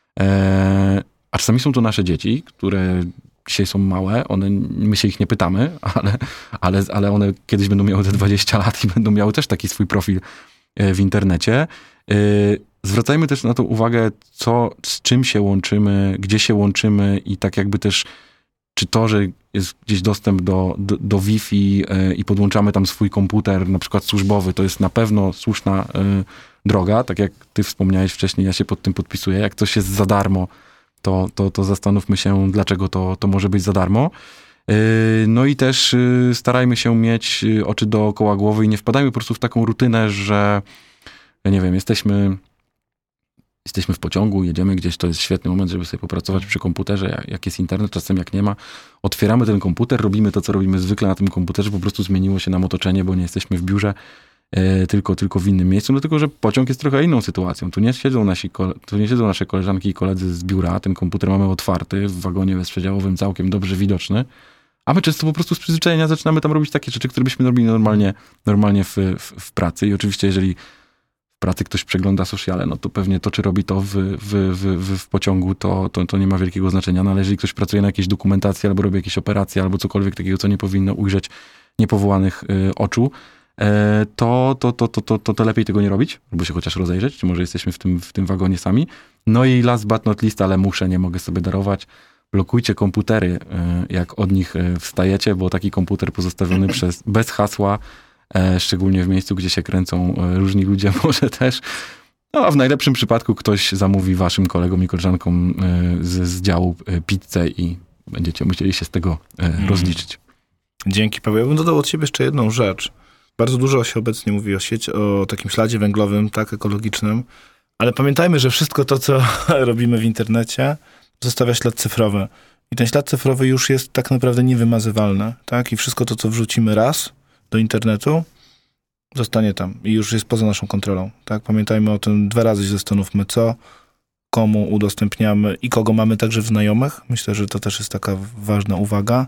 e, a czasami są to nasze dzieci, które dzisiaj są małe, one, my się ich nie pytamy, ale, ale, ale one kiedyś będą miały te dwadzieścia lat i będą miały też taki swój profil w internecie. E, zwracajmy też na to uwagę, co, z czym się łączymy, gdzie się łączymy i tak jakby też czy to, że jest gdzieś dostęp do, do, do Wi-Fi y, i podłączamy tam swój komputer, na przykład służbowy, to jest na pewno słuszna y, droga. Tak jak ty wspomniałeś wcześniej, ja się pod tym podpisuję. Jak coś jest za darmo, to, to, to zastanówmy się, dlaczego to, to może być za darmo. Y, no i też y, starajmy się mieć oczy dookoła głowy i nie wpadajmy po prostu w taką rutynę, że ja nie wiem, jesteśmy... jesteśmy w pociągu, jedziemy gdzieś, to jest świetny moment, żeby sobie popracować przy komputerze, jak jest internet, czasem jak nie ma. Otwieramy ten komputer, robimy to, co robimy zwykle na tym komputerze, po prostu zmieniło się nam otoczenie, bo nie jesteśmy w biurze, e, tylko, tylko w innym miejscu, dlatego że pociąg jest trochę inną sytuacją. Tu nie siedzą nasi, tu nie siedzą nasze koleżanki i koledzy z biura, ten komputer mamy otwarty, w wagonie bezprzedziałowym, całkiem dobrze widoczny, a my często po prostu z przyzwyczajenia zaczynamy tam robić takie rzeczy, które byśmy robili normalnie, normalnie w, w, w pracy. I oczywiście, jeżeli w pracy ktoś przegląda sociale, no to pewnie to, czy robi to w, w, w, w pociągu, to, to, to nie ma wielkiego znaczenia. No ale jeżeli ktoś pracuje na jakiejś dokumentacji, albo robi jakieś operacje, albo cokolwiek takiego, co nie powinno ujrzeć niepowołanych y, oczu, e, to, to, to, to, to, to, to lepiej tego nie robić, albo się chociaż rozejrzeć, czy może jesteśmy w tym, w tym wagonie sami. No i last but not least, ale muszę, nie mogę sobie darować, blokujcie komputery, jak od nich wstajecie, bo taki komputer pozostawiony przez, bez hasła, szczególnie w miejscu, gdzie się kręcą różni ludzie, może też, no a w najlepszym przypadku ktoś zamówi waszym kolegom i koleżankom z, z działu pizzę i będziecie musieli się z tego rozliczyć. Dzięki, Paweł. Ja bym dodał od siebie jeszcze jedną rzecz. Bardzo dużo się obecnie mówi o sieci, o takim śladzie węglowym, tak, ekologicznym, ale pamiętajmy, że wszystko to, co robimy w internecie, zostawia ślad cyfrowy. I ten ślad cyfrowy już jest tak naprawdę niewymazywalny, tak? I wszystko to, co wrzucimy raz do internetu, zostanie tam i już jest poza naszą kontrolą, tak? Pamiętajmy o tym, dwa razy się zastanówmy, co, komu udostępniamy i kogo mamy także w znajomych. Myślę, że to też jest taka ważna uwaga.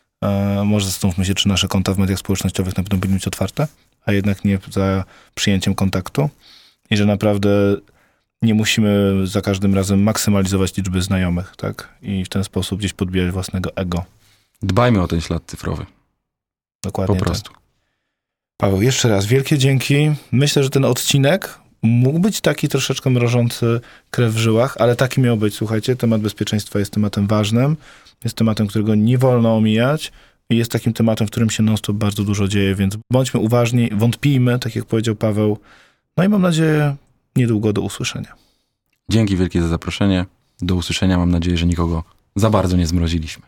E, może zastanówmy się, czy nasze konta w mediach społecznościowych na pewno powinny być otwarte, a jednak nie za przyjęciem kontaktu. I że naprawdę nie musimy za każdym razem maksymalizować liczby znajomych, tak? I w ten sposób gdzieś podbijać własnego ego. Dbajmy o ten ślad cyfrowy. Dokładnie po prostu. Tak. Paweł, jeszcze raz wielkie dzięki. Myślę, że ten odcinek mógł być taki troszeczkę mrożący krew w żyłach, ale taki miał być, słuchajcie. Temat bezpieczeństwa jest tematem ważnym. Jest tematem, którego nie wolno omijać. I jest takim tematem, w którym się non-stop bardzo dużo dzieje, więc bądźmy uważni, wątpijmy, tak jak powiedział Paweł. No i mam nadzieję, niedługo do usłyszenia. Dzięki wielkie za zaproszenie. Do usłyszenia. Mam nadzieję, że nikogo za bardzo nie zmroziliśmy.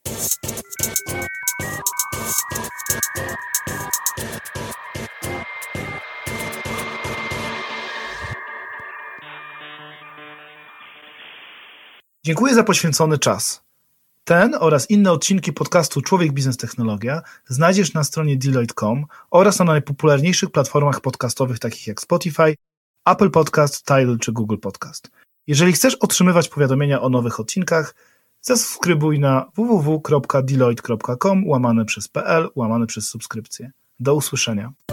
Dziękuję za poświęcony czas. Ten oraz inne odcinki podcastu Człowiek Biznes Technologia znajdziesz na stronie deloitte kropka com oraz na najpopularniejszych platformach podcastowych takich jak Spotify, Apple Podcast, Tidal czy Google Podcast. Jeżeli chcesz otrzymywać powiadomienia o nowych odcinkach, zasubskrybuj na w w w kropka deloitte kropka com łamane przez pl łamane przez subskrypcję. Do usłyszenia.